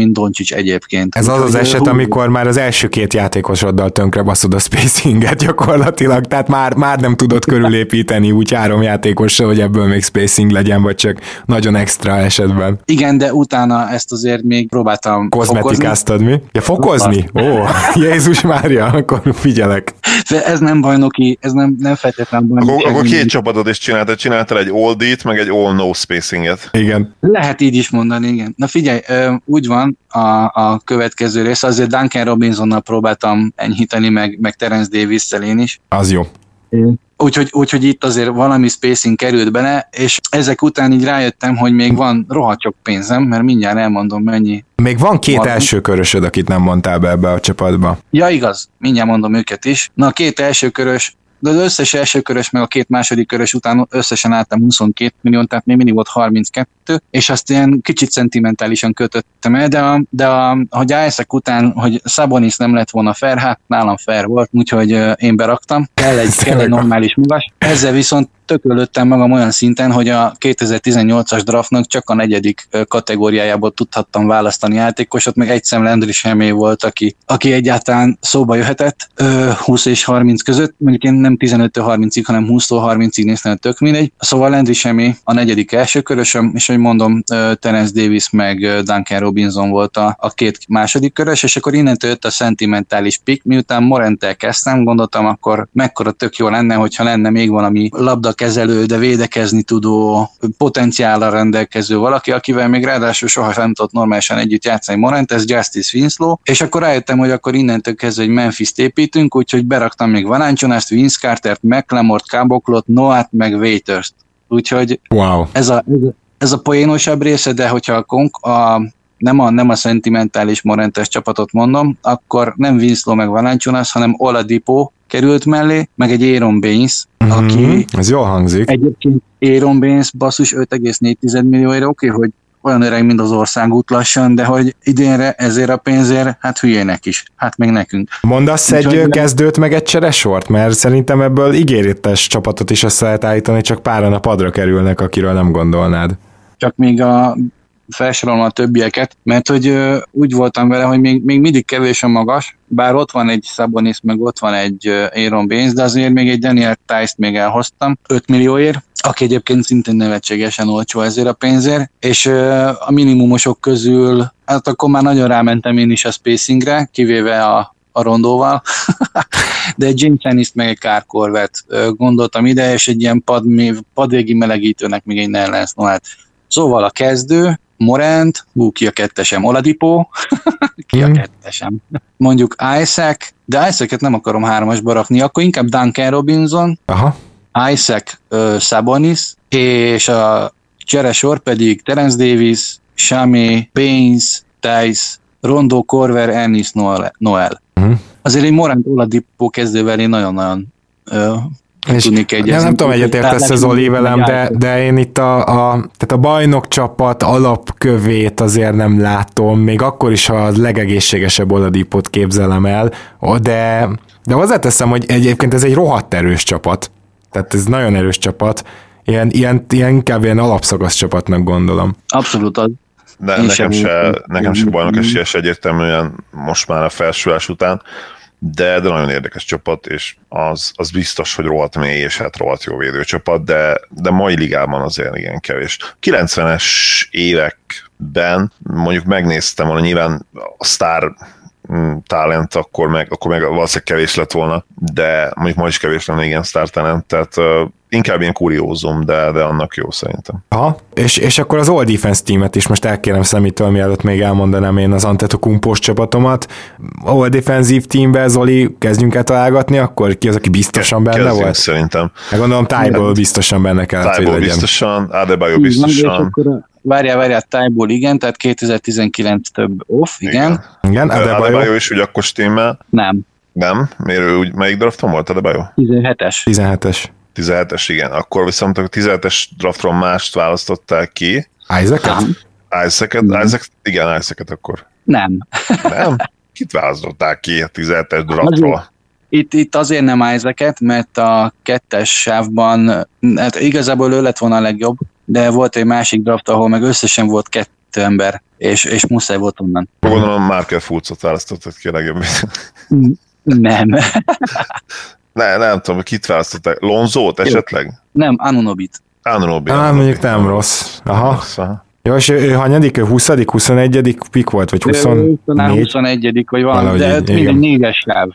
mint Doncic egyébként. Ez az eset, amikor már az első két játékosoddal tönkre baszod a spacinget gyakorlatilag, tehát már nem tudod körülépíteni úgy 3 játékosra, hogy ebből még spacing legyen, vagy csak nagyon extra esetben. Igen, de utána ezt azért még próbáltam kozmetikáztad mi? Ja, fokozni? Ó, Jézus Mária, akkor figyelek. Ez nem bajnoki, ez nem feltétlenül bajnoki. Akkor 2 csapatot is csináltál egy all D-t, meg egy all no spacinget. Igen. Lehet így is mondani, igen. Na figyelj, úgy van a következő rész, azért Duncan Robinsonnal próbáltam enyhíteni, meg Terence Davis-szel én is. Az jó. Úgyhogy itt azért valami spacing került bele, és ezek után így rájöttem, hogy még van rohadt sok pénzem, mert mindjárt elmondom mennyi. Még van 2 első körösöd, akit nem mondtál be ebbe a csapatba. Ja, igaz, mindjárt mondom őket is. Na, a 2 első körös, de az összes első körös, meg a 2 második körös után összesen álltam 22 millió, tehát még mindig volt 32, és azt ilyen kicsit szentimentálisan kötöttem el, de hogy Isaac után, hogy Sabonis nem lett volna fair, hát nálam fair volt, úgyhogy én beraktam. Kell egy normális magas. Ezzel viszont tökölöttem magam olyan szinten, hogy a 2018-as draftnak csak a 4. kategóriájából tudhattam választani játékosot, meg egy szem Landry Shamet volt, aki egyáltalán szóba jöhetett 20 és 30 között, mondjuk én nem 15-30-ig, hanem 20-30-ig néztem, tök mindegy. Szóval Landry Shamet a 4. első körösöm, és hogy mondom, Terence Davis meg Duncan Robinson volt a 2 második körös, és akkor innentől jött a szentimentális pick, miután Moranttel kezdtem, gondoltam, akkor mekkora tök jó lenne, hogyha lenne még valami labdakezelő, de védekezni tudó, potenciállal rendelkező valaki, akivel még ráadásul soha nem tudott normálisan együtt játszani Morant, ez Justice Winslow, és akkor rájöttem, hogy akkor innentől kezdve egy Memphis-t építünk, úgyhogy beraktam még Valanciunast, Vince Cartert, McLemore-t, Caboklot, Noah-t, meg Waiters-t. Úgyhogy wow. Ez a poénosabb része, de hogyha nem a szentimentális Morantes csapatot mondom, akkor nem Winslow meg Valanciunas, hanem Oladipo került mellé, meg egy Aaron Baines, aki... Ez jól hangzik. Egyébként Aaron Baines basszus 5,4 millió euró, oké, hogy olyan öreg, mint az országút lassan, de hogy idénre ezért a pénzért, hát hülyének is, hát meg nekünk. Mondasz egy kezdőt, meg egy cseresort, mert szerintem ebből ígéretes csapatot is össze lehet állítani, csak páran a padra kerülnek, akiről nem gondolnád. Csak még felsorolom a többieket, mert hogy úgy voltam vele, hogy még mindig kevés a magas, bár ott van egy Sabonis, meg ott van egy Aaron Baines, de azért még egy Daniel Tice-t még elhoztam 5 millióért, aki egyébként szintén nevetségesen olcsó ezért a pénzért, és a minimumosok közül, hát akkor már nagyon rámentem én is a spacingre, kivéve a Rondóval, de egy James Ennis meg egy Kyle Korvert gondoltam ide, és egy ilyen padvégi melegítőnek még egy Nerlens Noel. Szóval a kezdő, Morant, ki a 2-esem, Oladipo, ki a 2-esem. Mondjuk Isaac, de Isaac-et nem akarom 3-asba rakni, akkor inkább Duncan Robinson, Isaac, Sabonis, és a cseresor pedig Terence Davis, Shamet, Baines, Tice, Rondo, Korver, Ennis, Noel. Azért egy Morant Oladipo kezdővel én nagyon-nagyon tudnék egyezni. Nem tudom, egyetértesz ez Zoli velem, de én itt tehát a bajnok csapat alapkövét azért nem látom, még akkor is, ha a legegészségesebb Oladipot képzelem el, de hozzáteszem, hogy egyébként ez egy rohadt erős csapat. Tehát ez nagyon erős csapat. Inkább ilyen alapszakasz csapatnak gondolom. Abszolút az. De nekem se bajnok esélyes egyértelműen most már a felsőlás után, de nagyon érdekes csapat, és az biztos, hogy rohadt mély, és hát rohadt jó védőcsapat, de mai ligában azért igen kevés. 90-es években mondjuk megnéztem volna, nyilván a sztár talent, akkor meg valószínűleg kevés lett volna, de mondjuk ma is kevés lenne igen sztár talent, tehát inkább ilyen kuriózum, de annak jó szerintem. És akkor az All Defense teamet is most elkérem Szemitől, mielőtt még elmondanám én az Antetokounmpós csapatomat. All Defensive teambe, Zoli, kezdjünk el találgatni, akkor ki az, aki biztosan benne volt? Szerintem. Gondolom Tybal biztosan benne kellett, hogy legyen. Biztosan, Adebayo biztosan. Várjál, Tybal igen, tehát 2019 több off, igen. Igen, Adebayo is úgy akkor stimmel. Nem. Nem? Miért ő úgy, melyik drafton volt Adebayo? 17-es. 17-es, igen. Akkor viszont a 17-es draftról mást választották ki. Isaac-et akkor. Nem. Kit választották ki a 17-es draftról? Itt azért nem Isaac-et, mert a 2-es sávban, hát igazából ő lett volna a legjobb, de volt egy másik draft, ahol meg összesen volt 2 ember, és muszáj volt onnan. Gondolom Markel Fultzot választottad ki a legjobbit. Nem. Nem tudom, kit választották. Lonzót esetleg? Nem, Anunobit. Anunobi. Mondjuk nem rossz. Aha. Jó, és ő hanyadik? Ő 20., 21. pik volt, vagy 24? 21. vagy valami, Valahogy de így, minden igen. 4-es láb.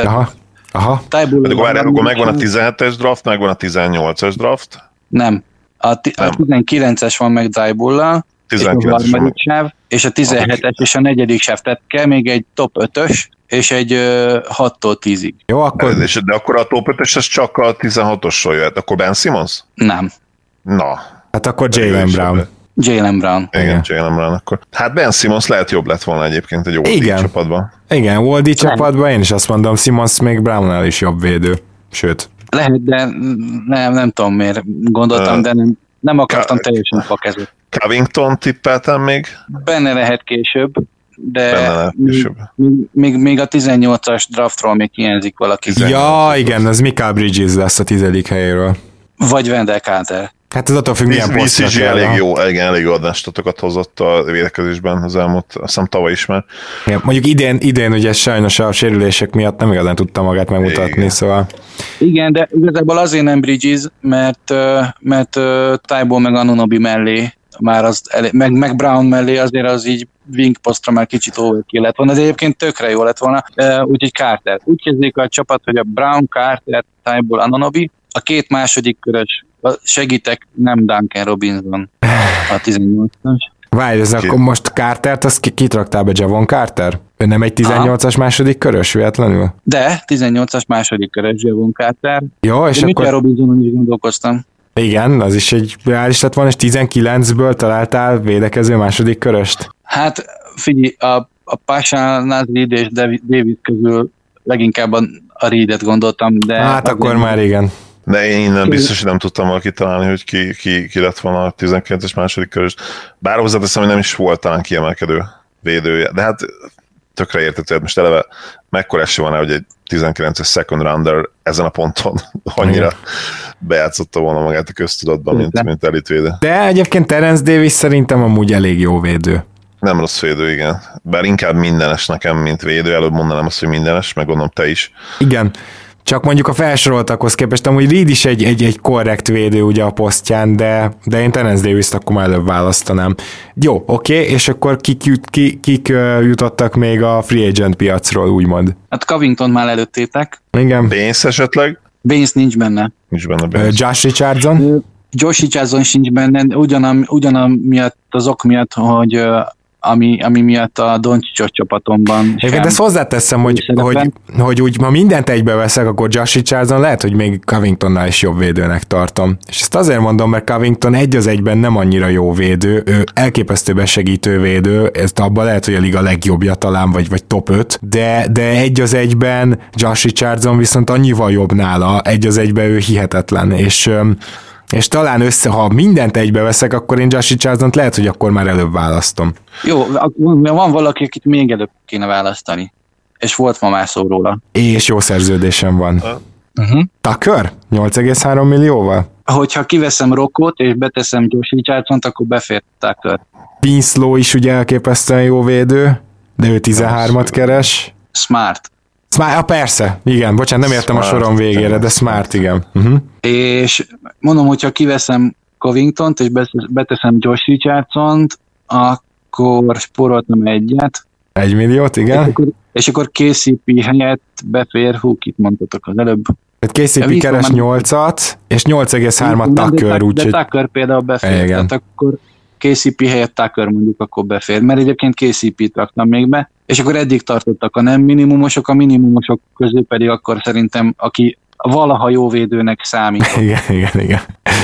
Aha. Akkor megvan a 17-es draft, megvan a 18-es draft. Nem. A 19-es van meg Daibullal, és a harmadik sáv, és a 17-es és a negyedik sáv, tehát kell még egy top 5-ös, és egy 6-tól 10-ig. Jó, akkor... De akkor a top 5-ös az csak a 16-osról jöhet. Akkor Ben Simmons? Nem. Na. Hát akkor Jaylen Brown. Jaylen Brown. Igen, Jaylen Brown akkor. Hát Ben Simmons lehet jobb lett volna egyébként egy Oldie csapatban. Igen, Oldie csapatban én is azt mondom, Simmons még Brownnál is jobb védő. Sőt. Lehet, de nem tudom miért gondoltam, de nem akartam teljesen fakezet. Covington tippeltem még? Benne lehet később, de még a 18-as draftról még hiányzik valaki. Ja, igen, az Michael Bridges lesz a 10. helyéről. Vagy Wendell Carter. Hát ez attól függ, milyen posztra kell. Elég jó adástatokat hozott a védekezésben az elmúlt, azt hiszem tavaly is már. Ja, mondjuk idén ugye sajnos a sérülések miatt nem igazán tudta magát megmutatni, igen. Szóval... Igen, de igazából azért nem Bridges, mert Thybulle meg Anunoby mellé, már az meg Brown mellé azért az így wing posztra már kicsit overkill lett volna, de egyébként tökre jó lett volna, úgyhogy Carter. Úgy kezdik a csapat, hogy a Brown, Carter, Thybulle, Anunoby, a két második körös segítek, nem Duncan Robinson a 18-as. Várj, ez akkor most Cartert, azt kit raktál be, Javon Carter? Ő nem egy 18-as második körös, véletlenül? De, 18-as második körös Javon Carter. Jó, és de akkor... Robinsonon is gondolkoztam. Igen, az is egy reális lett volna, és 19-ből találtál védekező második köröst? Hát figyelj, a Pasha, Reed és Davis közül leginkább a Reedet gondoltam, de... Hát akkor már igen. De én innen biztos, hogy nem tudtam volna kitalálni, hogy ki lett volna a 19-es második körös. Bár hozzáteszem, hogy nem is volt talán kiemelkedő védője, de hát tökre értető, most eleve mekkora esély van, hogy egy 19-es second rounder ezen a ponton annyira bejátszotta volna magát a köztudatban, mint elitvédő. De egyébként Terence Davis szerintem amúgy elég jó védő. Nem rossz védő, igen. Bár inkább mindenes nekem, mint védő. Előbb mondanám azt, hogy mindenes, meg gondolom te is. Igen. Csak mondjuk a felsoroltakhoz képest, amúgy Reed is egy korrekt védő ugye a posztján, de én Terence Davis-t akkor már előbb választanám. Jó, oké, és akkor kik jutottak még a free agent piacról, úgymond? Hát Covington már előttétek. Igen. Baines esetleg? Baines nincs benne. Nincs benne Baines. Josh Richardson? Josh Richardson sincs benne, ugyanamiatt az ok miatt, hogy ami miatt a Doncic csapatomban. De ezt hozzáteszem, hogy úgy ma mindent egybeveszek, akkor Josh Richardson lehet, hogy még Covingtonnál is jobb védőnek tartom. És ezt azért mondom, mert Covington egy az egyben nem annyira jó védő, ő elképesztő besegítő védő, ezt abban lehet, hogy a liga legjobbja talán, vagy top 5, de egy az egyben Josh Richardson viszont annyival jobb nála, egy az egyben ő hihetetlen, és talán ha mindent egybeveszek, akkor én Josh Richardson-t lehet, hogy akkor már előbb választom. Jó, van valaki, akit még előbb kéne választani. És volt ma már szó róla. És jó szerződésem van. Tucker? 8,3 millióval? Hogyha kiveszem Rockot, és beteszem Josh Richardson-t, akkor befér Tucker. Winslow is ugye elképesztően jó védő, de ő 13-at keres. Smart, persze, igen, bocsánat, nem értem Smart, a soron végére, de Smart, igen. És mondom, hogyha kiveszem Covingtont, és beteszem Josh Richardson-t, akkor spóroltam egyet. 1 milliót, igen. És akkor KCP helyett befér, kit mondtatok az előbb. Tehát KCP keres 8-at, és 8,3-at Tucker, úgyhogy... De Tucker például befér, tehát akkor KCP helyett Tucker mondjuk akkor befér, mert egyébként KCP-t raktam még be, és akkor eddig tartottak a nem minimumosok, a minimumosok közül pedig akkor szerintem, aki valaha jó védőnek számít. Igen.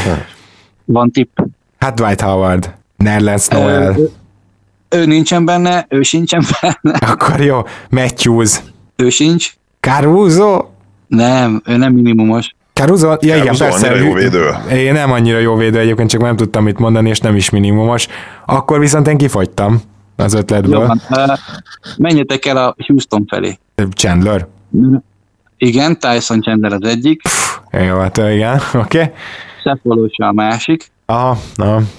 Van tipp? Hát Dwight Howard, Nerlens Noel. Ő nincsen benne, ő sincsen benne. Akkor jó, Matthews. Ő sincs. Caruso? Nem, ő nem minimumos. Caruso? Ja, igen, persze. Jó védő. Én nem annyira jó védő egyébként, csak nem tudtam mit mondani, és nem is minimumos. Akkor viszont én kifogytam az ötletből. Jó van. Menjetek el a Houston felé. Chandler? Igen, Tyson Chandler az egyik. Jó, hát igen, oké. Cephalosha a másik. Aha.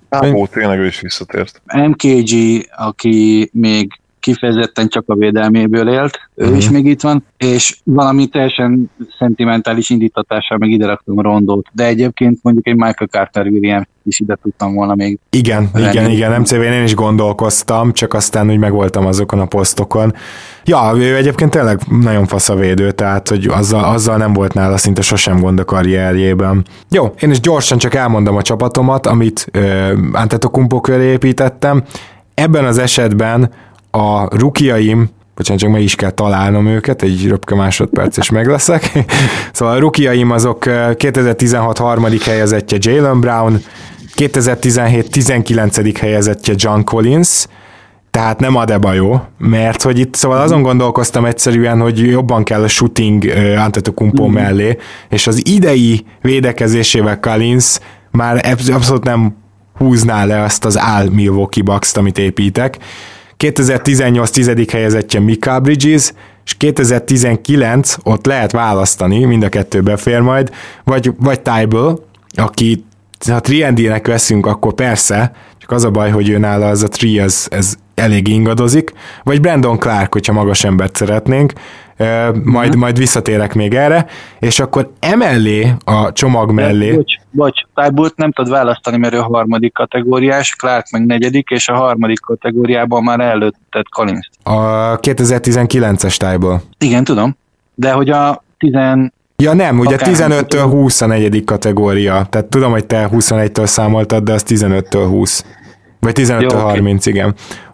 Tényleg ő is visszatért. MKG, aki még kifejezetten csak a védelméből élt, ő is még itt van, és valami teljesen szentimentális indítatással meg ide raktam Rondót, de egyébként mondjuk egy Michael Carter Williams is ide tudtam volna még. Igen, MCV-n én is gondolkoztam, csak aztán úgy megvoltam azokon a posztokon. Ja, ő egyébként tényleg nagyon fasz a védő, tehát hogy azzal nem volt nála szinte sosem gond a karrierjében. Jó, én is gyorsan csak elmondom a csapatomat, amit Antetokounmpo köré építettem. Ebben az esetben a rukiaim, bocsánat, csak meg is kell találnom őket, egy röpke másodperc és meg leszek. Szóval a rukiaim azok 2016 harmadik helyezettje Jaylen Brown, 2017 19. helyezettje John Collins, tehát nem Adebayo, mert hogy itt szóval azon gondolkoztam egyszerűen, hogy jobban kell a shooting Antetokounmpo mellé, és az idei védekezésével Collins már abszolút nem húzná le azt az Milwaukee Bucks-t, amit építek. 2018 10. helyezettje Mikal Bridges, és 2019 ott lehet választani, mind a kettő befér majd, vagy Tybal, aki ha 3&D-nek veszünk, akkor persze, csak az a baj, hogy ő nála az a 3 ez elég ingadozik, vagy Brandon Clark, hogyha magas embert szeretnénk, majd visszatérek még erre, és akkor emellé a csomag mellé... Bocs, Tybalt nem tud választani, mert ő a harmadik kategóriás, Clark meg negyedik, és a harmadik kategóriában már előtted Collins. A 2019-es Tybal. Igen, tudom, de hogy a Ja nem, ugye 15-től 20 a negyedik kategória, tehát tudom, hogy te 21-től számoltad, de az 15-től 20. Vagy 15-től 30, igen.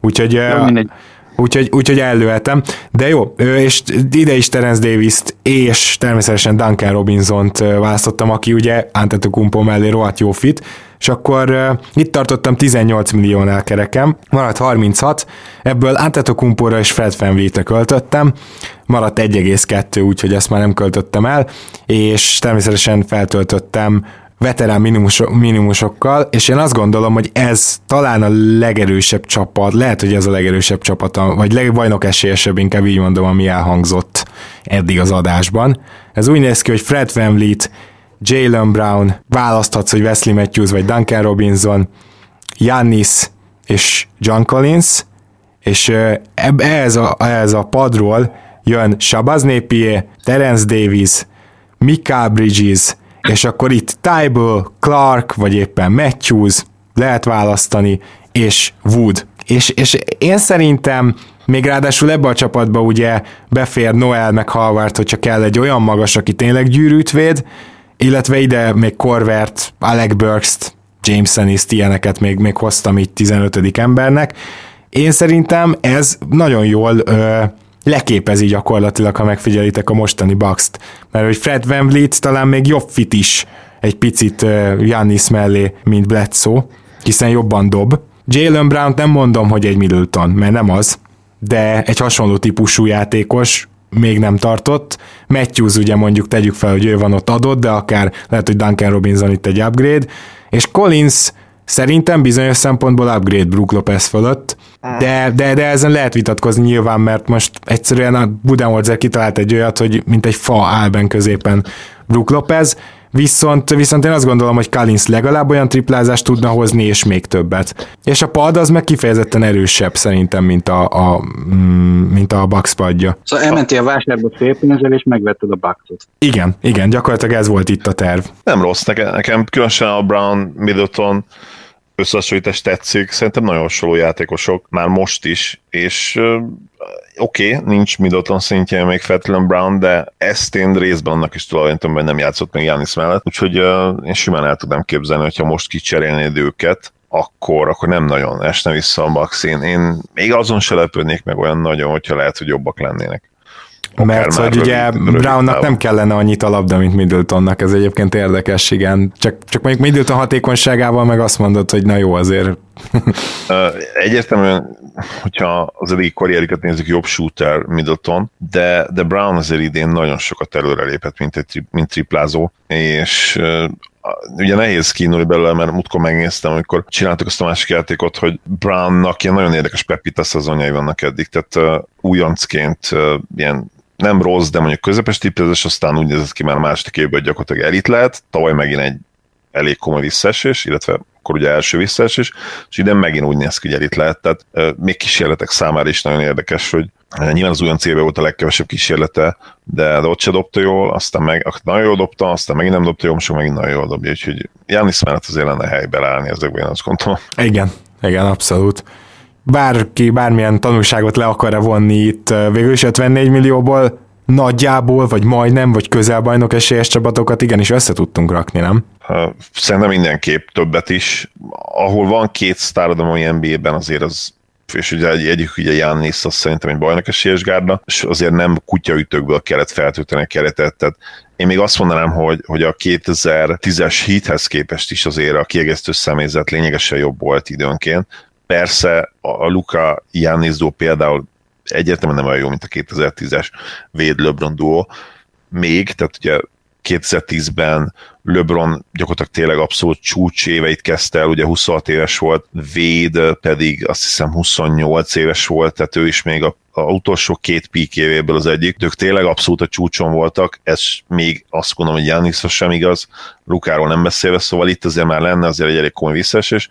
Úgyhogy ellőhetem. De jó, és ide is Terence Davis-t és természetesen Duncan Robinsont választottam, aki ugye Antetokounmpo mellé rohadt jó fit, és akkor itt tartottam 18 milliónál kerekem, maradt 36, ebből Antetokounmpóra és Fred VanVleetre költöttem, maradt 1,2, úgyhogy ezt már nem költöttem el, és természetesen feltöltöttem veterán minimumusokkal, és én azt gondolom, hogy ez talán a legerősebb csapat, lehet, hogy ez a legerősebb csapat, vagy bajnok esélyesebb, inkább így mondom, ami elhangzott eddig az adásban. Ez úgy néz ki, hogy Fred VanVleet, Jaylen Brown, választhatsz, hogy Wesley Matthews vagy Duncan Robinson, Giannis és John Collins, és ehhez a padról jön Shabazz Napier, Terence Davis, Mikal Bridges, és akkor itt Tybal, Clark, vagy éppen Matthews, lehet választani, és Wood. És én szerintem még ráadásul ebbe a csapatba ugye befér Noel meg Howard, hogyha kell egy olyan magas, aki tényleg gyűrűt véd, illetve ide még Korvert, Alec Burks-t, James Ennis-t, ilyeneket még hoztam itt 15. embernek. Én szerintem ez nagyon jól leképezi gyakorlatilag, ha megfigyelitek a mostani Bucks-t. Mert hogy Fred VanVleet talán még jobb fit is egy picit Giannis mellé, mint Bledsoe, hiszen jobban dob. Jaylen Brown nem mondom, hogy egy Middleton, mert nem az, de egy hasonló típusú játékos még nem tartott. Matthews ugye mondjuk tegyük fel, hogy ő van ott adott, de akár lehet, hogy Duncan Robinson itt egy upgrade, és Collins szerintem bizonyos szempontból upgrade Brook Lopez fölött, de ezen lehet vitatkozni nyilván, mert most egyszerűen a Budenholzer kitalált egy olyat, hogy mint egy fa áll benn középen Brook Lopez, viszont én azt gondolom, hogy Collins legalább olyan triplázást tudna hozni, és még többet. És a pad az meg kifejezetten erősebb szerintem, mint a Bucks padja. Szóval elmentél a vásárba fél pénzzel, és megvetted a Bucksot. Igen, gyakorlatilag ez volt itt a terv. Nem rossz, nekem különösen a Brown, Middleton összehasonlítás tetszik, szerintem nagyon hasonló játékosok, már most is, és oké, nincs Middleton szintjén még feltétlenül Brown, de ezt én részben annak is tulajdonítom, hogy nem játszott még Giannis mellett, úgyhogy én simán el tudnám képzelni, hogyha most kicserélnéd őket, akkor nem nagyon esne vissza a Bucks. Én még azon se lepődnék meg olyan nagyon, hogyha lehet, hogy jobbak lennének. Mert hogy ugye Brownnak nem kellene annyit a labda, mint Middletonnak, ez egyébként érdekes, igen. Csak mondjuk Middleton hatékonyságával meg azt mondod, hogy na jó, azért. Egyértelműen, hogyha az eddigi karrieriket nézzük, jobb shooter Middleton, de Brown azért idén nagyon sokat előrelépett, mint triplázó, és ugye nehéz kínulni belőle, mert múltkor megnéztem, amikor csináltuk azt a másik játékot, hogy Brownnak ilyen nagyon érdekes pepita szezonjai vannak eddig, tehát újoncként ilyen nem rossz, de mondjuk közepes triplázás, aztán úgy nézett ki már második évben, hogy gyakorlatilag elit lehet, tavaly megint egy elég komoly visszaesés, illetve akkor ugye első visszaesés, és ide megint úgy néz ki, hogy elit lehet. Tehát még kísérletek számára is nagyon érdekes, hogy nyilván az újon volt a legkevesebb kísérlete, de ott se dobta jól, aztán nagyon jól dobta, aztán megint nem dobta jól, most megint nagyon jól dobja, úgyhogy Giannis mellett azért lenne helyben állni ezekben, én azt gondolom. Igen, abszolút. Bármilyen tanulságot le akar-e vonni itt végül is 54 millióból nagyjából, vagy majdnem, vagy közelbajnok esélyes csapatokat igenis össze tudtunk rakni, nem? Szerintem mindenképp többet is. Ahol van két sztáradom a NBA-ben, azért az, és ugye egyik ugye Giannis, azt szerintem egy bajnok esélyes gárda, és azért nem kutyaütőkből kellett feltölteni a keretet, tehát én még azt mondanám, hogy a 2010-es Heathez képest is azért a kiegészítő személyzet lényegesen jobb volt időnként. Persze a Luka Giannis duó például egyértelműen nem olyan jó, mint a 2010-es Wade LeBron duó még, tehát ugye 2010-ben LeBron gyakorlatilag tényleg abszolút csúcs éveit kezdte el, ugye 26 éves volt, Wade pedig azt hiszem 28 éves volt, tehát ő is még a utolsó két peak évéből az egyik, ők tényleg abszolút a csúcson voltak, ez még azt gondolom, hogy Giannisra sem igaz, Lukáról nem beszélve, szóval itt azért már lenne azért egy elég komoly visszaesés,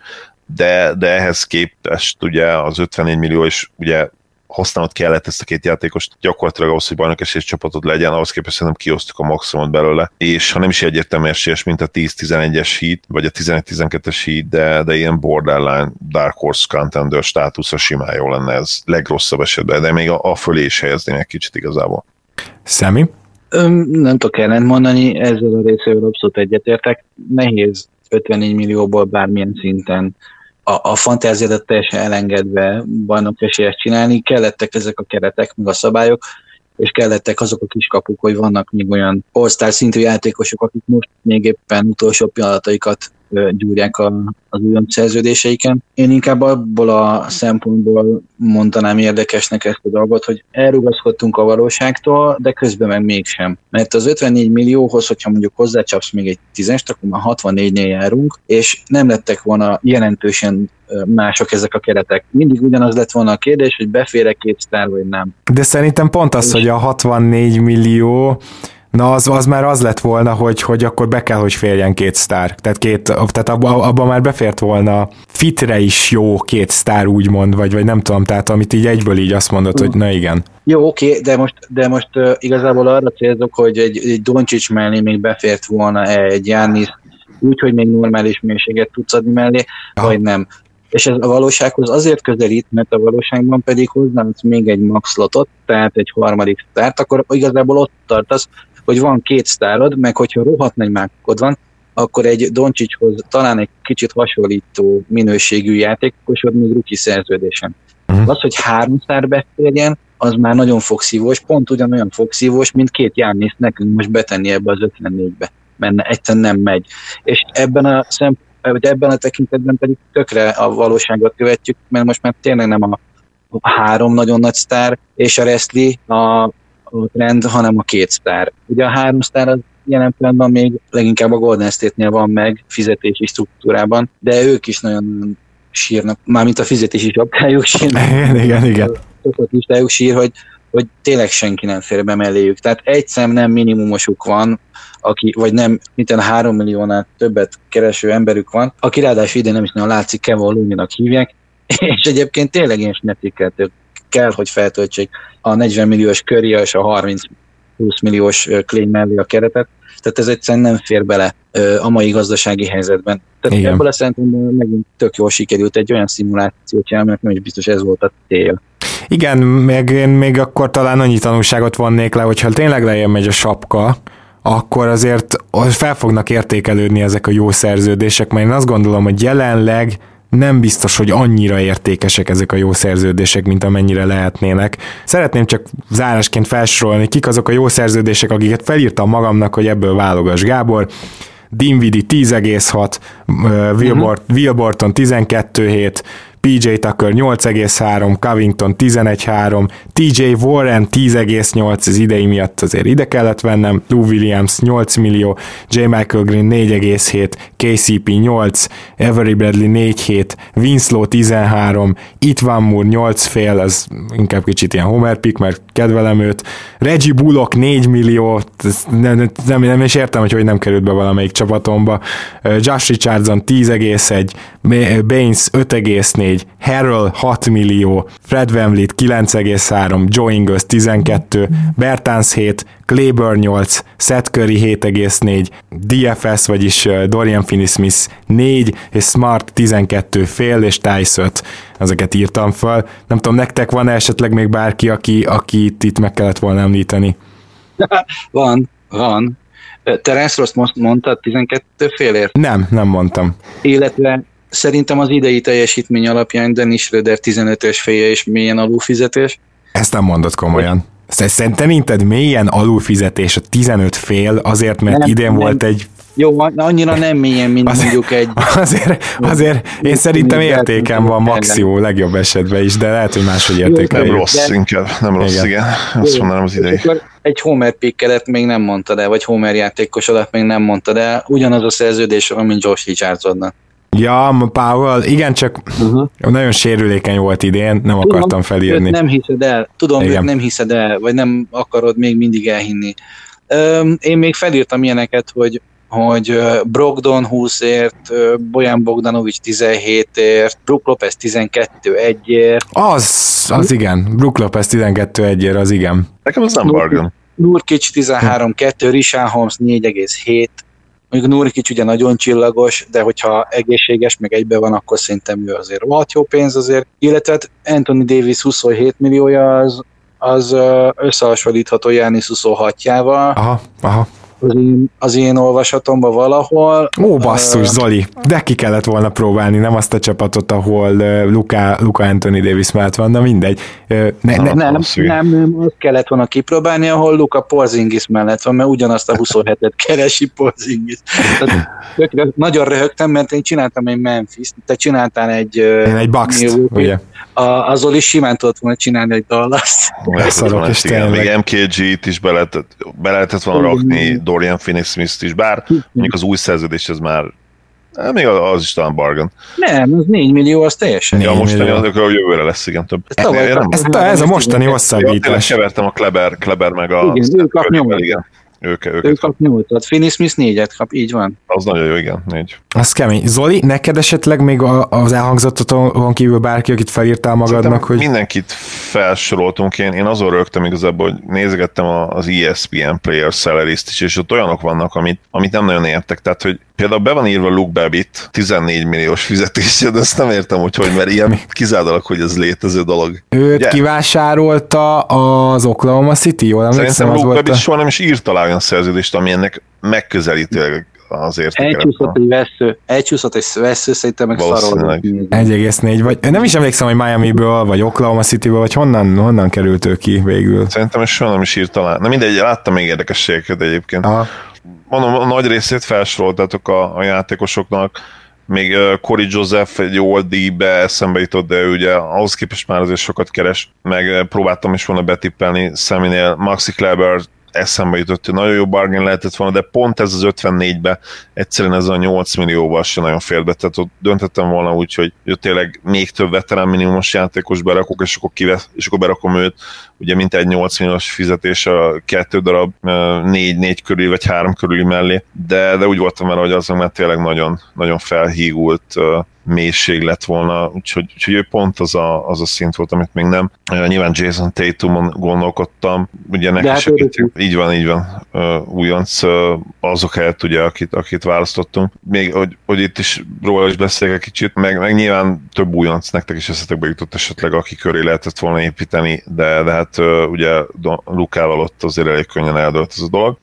de ehhez képest ugye az 54 millió is ugye használnod kellett ezt a két játékost gyakorlatilag ahhoz, hogy bajnok esélyes csapatod legyen, ahhoz képest szerintem kiosztuk a maximumot belőle, és ha nem is egyértelmű esélyes, mint a 10-11-es Heat, vagy a 11-12-es Heat, de ilyen borderline Dark Horse contender státuszra simán jó lenne ez legrosszabb esetben, de még a fölé is helyezném egy kicsit igazából. Szemi? Nem tudok ellent mondani, ezzel a részéről abszolút egyetértek. Nehéz 54 millióból bármilyen szinten a fantáziádat teljesen elengedve bajnok esélyes csinálni, kellettek ezek a keretek, meg a szabályok, és kellettek azok a kiskapuk, hogy vannak még olyan all-star szintű játékosok, akik most még éppen utolsó pillanataikat gyúrják az újonc szerződéseiken. Én inkább abból a szempontból mondanám érdekesnek ezt a dolgot, hogy elrugaszkodtunk a valóságtól, de közben meg mégsem. Mert az 54 millióhoz, hogyha mondjuk hozzácsapsz még egy 10-est, akkor már 64-nél járunk, és nem lettek volna jelentősen mások ezek a keretek. Mindig ugyanaz lett volna a kérdés, hogy befér-e két sztár, vagy nem. De szerintem pont az, hogy a 64 millió, na az már az lett volna, hogy akkor be kell, hogy férjen két sztár. Tehát abban már befért volna fitre is jó két sztár, úgymond, vagy nem tudom, tehát amit így egyből így azt mondod, hogy na igen. Jó, oké, de most igazából arra célzok, hogy egy Doncic mellé még befért volna egy Giannis, úgyhogy még normális mélységet tudsz adni mellé, vagy nem. És ez a valósághoz azért közelít, mert a valóságban pedig hozzáadsz még egy maxlotot, tehát egy harmadik sztárt, akkor igazából ott tartasz, hogy van két sztárod, meg hogyha rohadt nagy mákod van, akkor egy Doncichoz talán egy kicsit hasonlító minőségű játékosod még rookie szerződésen. Az, hogy 3 sztár beférjen, az már nagyon fogszívós, pont ugyanolyan fogszívós, mint két Giannis nekünk most betenni ebbe az 54-be, mert egyszerűen nem megy. És ebben a tekintetben pedig tökre a valóságot követjük, mert most már tényleg nem a 3 nagyon nagy sztár és a resztli a trend, hanem a 2 sztár. Ugye a 3 sztár az jelen pillanatban még leginkább a Golden State-nél van meg fizetési struktúrában, de ők is nagyon sírnak, mármint a fizetési sapkájuk sírnak. Igen. A listájuk sír, hogy tényleg senki nem fér be melléjük. Tehát egy szem nem minimumosuk van, vagy nem, mint 3 milliónál többet kereső emberük van, aki ráadásul idén nem is nagyon látszik, Kevin Looney-nak hívják, és egyébként tényleg ilyen snetikkel kell, hogy feltöltsék a 40 milliós Curry és a 30 20 milliós Clay mellé a keretet, tehát ez egyszerűen nem fér bele a mai gazdasági helyzetben. Tehát ebből a szempontból megint tök jól sikerült egy olyan szimulációt csinálni, nem is biztos ez volt a cél. Igen, meg én még akkor talán annyi tanulságot vonnék le, hogyha tényleg lejjebb megy a sapka, akkor azért fel fognak értékelődni ezek a jó szerződések, mert én azt gondolom, hogy jelenleg nem biztos, hogy annyira értékesek ezek a jó szerződések, mint amennyire lehetnének. Szeretném csak zárásként felsorolni, kik azok a jó szerződések, akiket felírtam magamnak, hogy ebből válogass. Gábor, Dinwiddie 10,6, Will Barton 12,7, PJ Tucker 8,3, Covington 11,3, TJ Warren 10,8, az idei miatt azért ide kellett vennem, Lou Williams 8 millió, J. Michael Green 4,7, KCP 8, Avery Bradley 4,7, Winslow 13, Itvan Moore 8,5, az inkább kicsit ilyen homer pick, mert kedvelem őt, Reggie Bullock 4 millió, nem is értem, hogy nem került be valamelyik csapatomba, Josh Richardson 10,1, Baines 5,4, Harrell 6 millió, Fred VanVleet 9,3, Joe Ingles 12, Bertans 7, Kleber 8, Seth Curry 7,4, DFS, vagyis Dorian Finney-Smith 4, és Smart 12 fél, és Tice 5. Ezeket írtam fel. Nem tudom, nektek van esetleg még bárki, akit itt meg kellett volna említeni? Van. Terence Ross most mondtad 12 félért? Nem mondtam. Illetve szerintem az idei teljesítmény alapján Dennis Schröder 15-ös félje és mélyen alulfizetés. Ezt nem mondod komolyan. Szerinted mélyen alulfizetés a 15 fél azért, mert idén volt egy... Jó, annyira nem mélyen, mint mondjuk egy... Azért én szerintem értéken van maximum, legjobb esetben is, de lehet, hogy máshogy értékeljük. Nem rossz, inkább. Nem rossz, igen. Azt mondanám az idei. Egy Homer pick-elet még nem mondtad el, vagy Homer játékosodat még nem mondtad el, ugyanaz a szerződés, mint Josh Richardsonnak. Ja, Powell, igen, csak nagyon sérülékeny volt idén, nem akartam felírni. Nem hiszed el, őt nem hiszed el, vagy nem akarod még mindig elhinni. Én még felírtam ilyeneket, hogy Brogdon 20-ért, Bojan Bogdanovic 17-ért, Brook Lopez 12-1-ért. Az igen, Brook Lopez 12-1-ért, az igen. Nekem az nem bargain. Nurkic 13-2, Richaun Holmes 4,7. Mondjuk Nurkic ugye nagyon csillagos, de hogyha egészséges, meg egyben van, akkor szerintem ő azért rohadt jó pénz azért. Illetve Anthony Davis 27 milliója az összehasonlítható Giannis 26-jával. Aha. Az én olvasatomban valahol. Ó, basszus, Zoli, de ki kellett volna próbálni, nem azt a csapatot, ahol Luka Anthony Davis mellett van, de mindegy. Nem, azt kellett volna kipróbálni, ahol Luka Porzingis mellett van, mert ugyanazt a 27-et keresi Porzingis. Nagyon röhögtem, mert én csináltam egy Memphis, te csináltál egy Bucks-t, ugye? A Zoli simán tudott volna csinálni egy Dallas-t. Még MKG-t is be lehetett volna rakni, Dorian Finney-Smith-t is, bár mondjuk az új szerződés ez már még az is talán bargain. Nem, az 4 millió, az teljesen. Ja, mostani azok a jövőre lesz, igen, több. Ez a mostani hosszabbítás. Kevertem a Kleber meg a... Igen, ő kap 8. Ő kap 8-at, Finney-Smith 4-et kap, így van. Az nagyon jó, igen, 4. Az kemény. Zoli, neked esetleg még az elhangzottatón kívül bárki, akit felírtál magadnak, szerintem hogy... Mindenkit felsoroltunk, én azon rögtem igazából, hogy nézgettem az ESPN Player Salaries-t is, és ott olyanok vannak, amit nem nagyon értek, tehát hogy például be van írva Luke Babbitt 14 milliós fizetésre, de ezt nem értem, mert ilyen kizárólag, hogy ez létező dolog. Őt kivásárolta az Oklahoma City, jól emlékszem? Szerintem Luke Babbitt soha nem is írt alá olyan szerződést, ami ennek megközelítőleg az értéket. Elcsúszott egy vesző, szerintem meg szarol. 1,4, vagy nem is emlékszem, hogy Miami-ből, vagy Oklahoma City-ből, vagy honnan került ő ki végül. Szerintem soha nem is írt alá. Na mindegy, láttam még érdekességeket egyébként. Aha. Mondom, a nagy részét felsoroltátok a játékosoknak, még Corey Joseph egy jó oldíjbe eszembe jutott, de ő ugye ahhoz képest már azért sokat keres, meg próbáltam is volna betippelni Seminél, Maxi Kleber eszembe jutott, hogy nagyon jó bargain lehetett volna, de pont ez az 54-be egyszerűen ez a 8 millióval se nagyon félbe, tehát ott döntettem volna úgy, hogy tényleg még több veterán minimumos játékos berakok, és akkor berakom őt, ugye mint egy 8 milliós fizetés a 2 darab 4 körül, vagy 3 körüli mellé, de úgy voltam vele, hogy azon már tényleg nagyon, nagyon felhígult mélység lett volna, úgyhogy ő pont az a szint volt, amit még nem. Nyilván Jason Tatumon gondolkodtam, ugye neki így van, újonc azok helyett, ugye, akit választottunk. Még, hogy itt is róla is beszélek egy kicsit, meg nyilván több újonc nektek is eszetekbe jutott esetleg, aki köré lehetett volna építeni, de hát ugye Lukával ott azért elég könnyen eldőlt ez a dolog.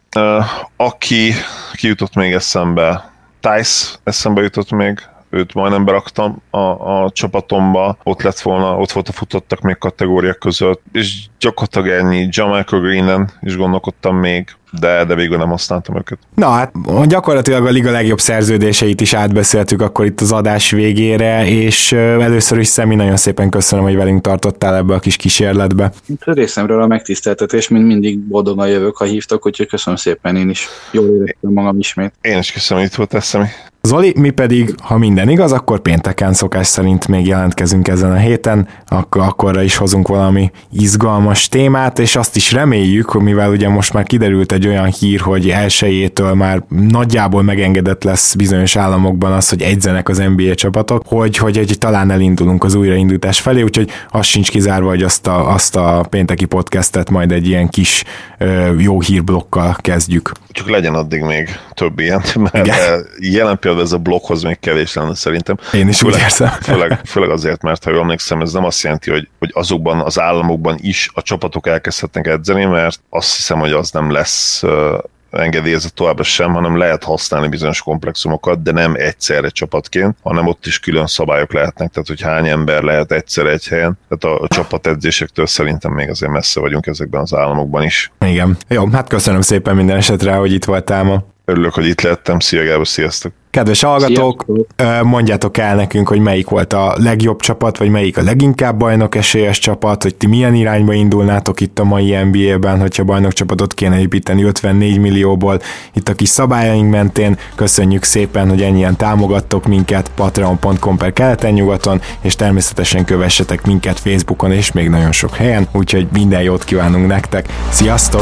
Aki jutott még eszembe, Tice eszembe jutott még, őt majdnem beraktam a csapatomba, ott volt a futottak még kategóriák között, és gyakorlatilag ennyi, Jamal Greenen is gondolkodtam még, de végül nem használtam őket. Na hát gyakorlatilag a liga legjobb szerződéseit is átbeszéltük akkor itt az adás végére, és először is Szemi, nagyon szépen köszönöm, hogy velünk tartottál ebbe a kis kísérletbe. A részemről a megtiszteltetés, mint mindig boldogan jövök, ha hívtak, úgyhogy köszönöm szépen, én is jól éreztem magam ismét. Én is köszönöm, hogy itt voltál, Szemi. Zoli, mi pedig, ha minden igaz, akkor pénteken szokás szerint még jelentkezünk ezen a héten, akkorra is hozunk valami izgalmas témát, és azt is reméljük, mivel ugye most már kiderült egy olyan hír, hogy 1-től már nagyjából megengedett lesz bizonyos államokban az, hogy edzenek az NBA csapatok, hogy talán elindulunk az újraindítás felé, úgyhogy az sincs kizárva, hogy azt a pénteki podcastet majd egy ilyen kis jó hírblokkal kezdjük. Csak legyen addig még több ilyen, mert jelen például ez a blokkhoz még kevés lenne szerintem. Én is úgy érzem. Főleg azért, mert ha jól emlékszem, ez nem azt jelenti, hogy azokban az államokban is a csapatok elkezdhetnek edzeni, mert azt hiszem, hogy az nem lesz engedélyezett továbbra sem, hanem lehet használni bizonyos komplexumokat, de nem egyszerre csapatként, hanem ott is külön szabályok lehetnek, tehát hogy hány ember lehet egyszer egy helyen. Tehát a csapatedzésektől szerintem még azért messze vagyunk ezekben az államokban is. Igen. Jó, hát köszönöm szépen minden esetre, hogy itt voltál ma. Örülök, hogy itt lettem. Szia Gábor, sziasztok! Kedves hallgatók, mondjátok el nekünk, hogy melyik volt a legjobb csapat, vagy melyik a leginkább bajnok esélyes csapat, hogy ti milyen irányba indulnátok itt a mai NBA-ben, hogyha bajnokcsapatot kéne építeni 54 millióból itt a kis szabályaink mentén. Köszönjük szépen, hogy ennyien támogattok minket patreon.com/keleten-nyugaton, és természetesen kövessetek minket Facebookon és még nagyon sok helyen, úgyhogy minden jót kívánunk nektek. Sziasztok!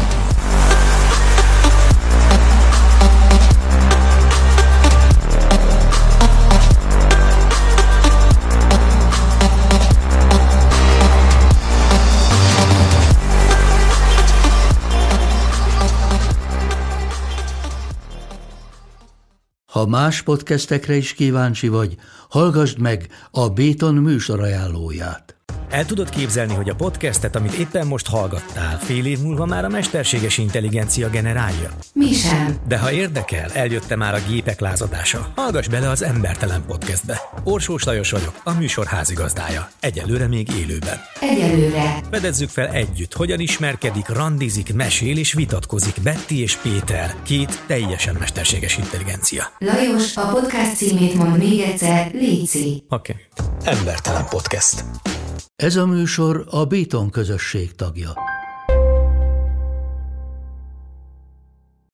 Ha más podcastekre is kíváncsi vagy, hallgassd meg a Béton műsor ajánlóját. El tudod képzelni, hogy a podcastet, amit éppen most hallgattál, fél év múlva már a mesterséges intelligencia generálja? Mi sem. De ha érdekel, eljött már a gépek lázadása. Hallgass bele az Embertelen Podcastbe. Orsós Lajos vagyok, a műsor házigazdája. Egyelőre még élőben. Egyelőre. Fedezzük fel együtt, hogyan ismerkedik, randizik, mesél és vitatkozik Betty és Péter, két teljesen mesterséges intelligencia. Lajos, a podcast címét mond még egyszer, léci. Oké. Embertelen Podcast. Ez a műsor a Béton közösség tagja.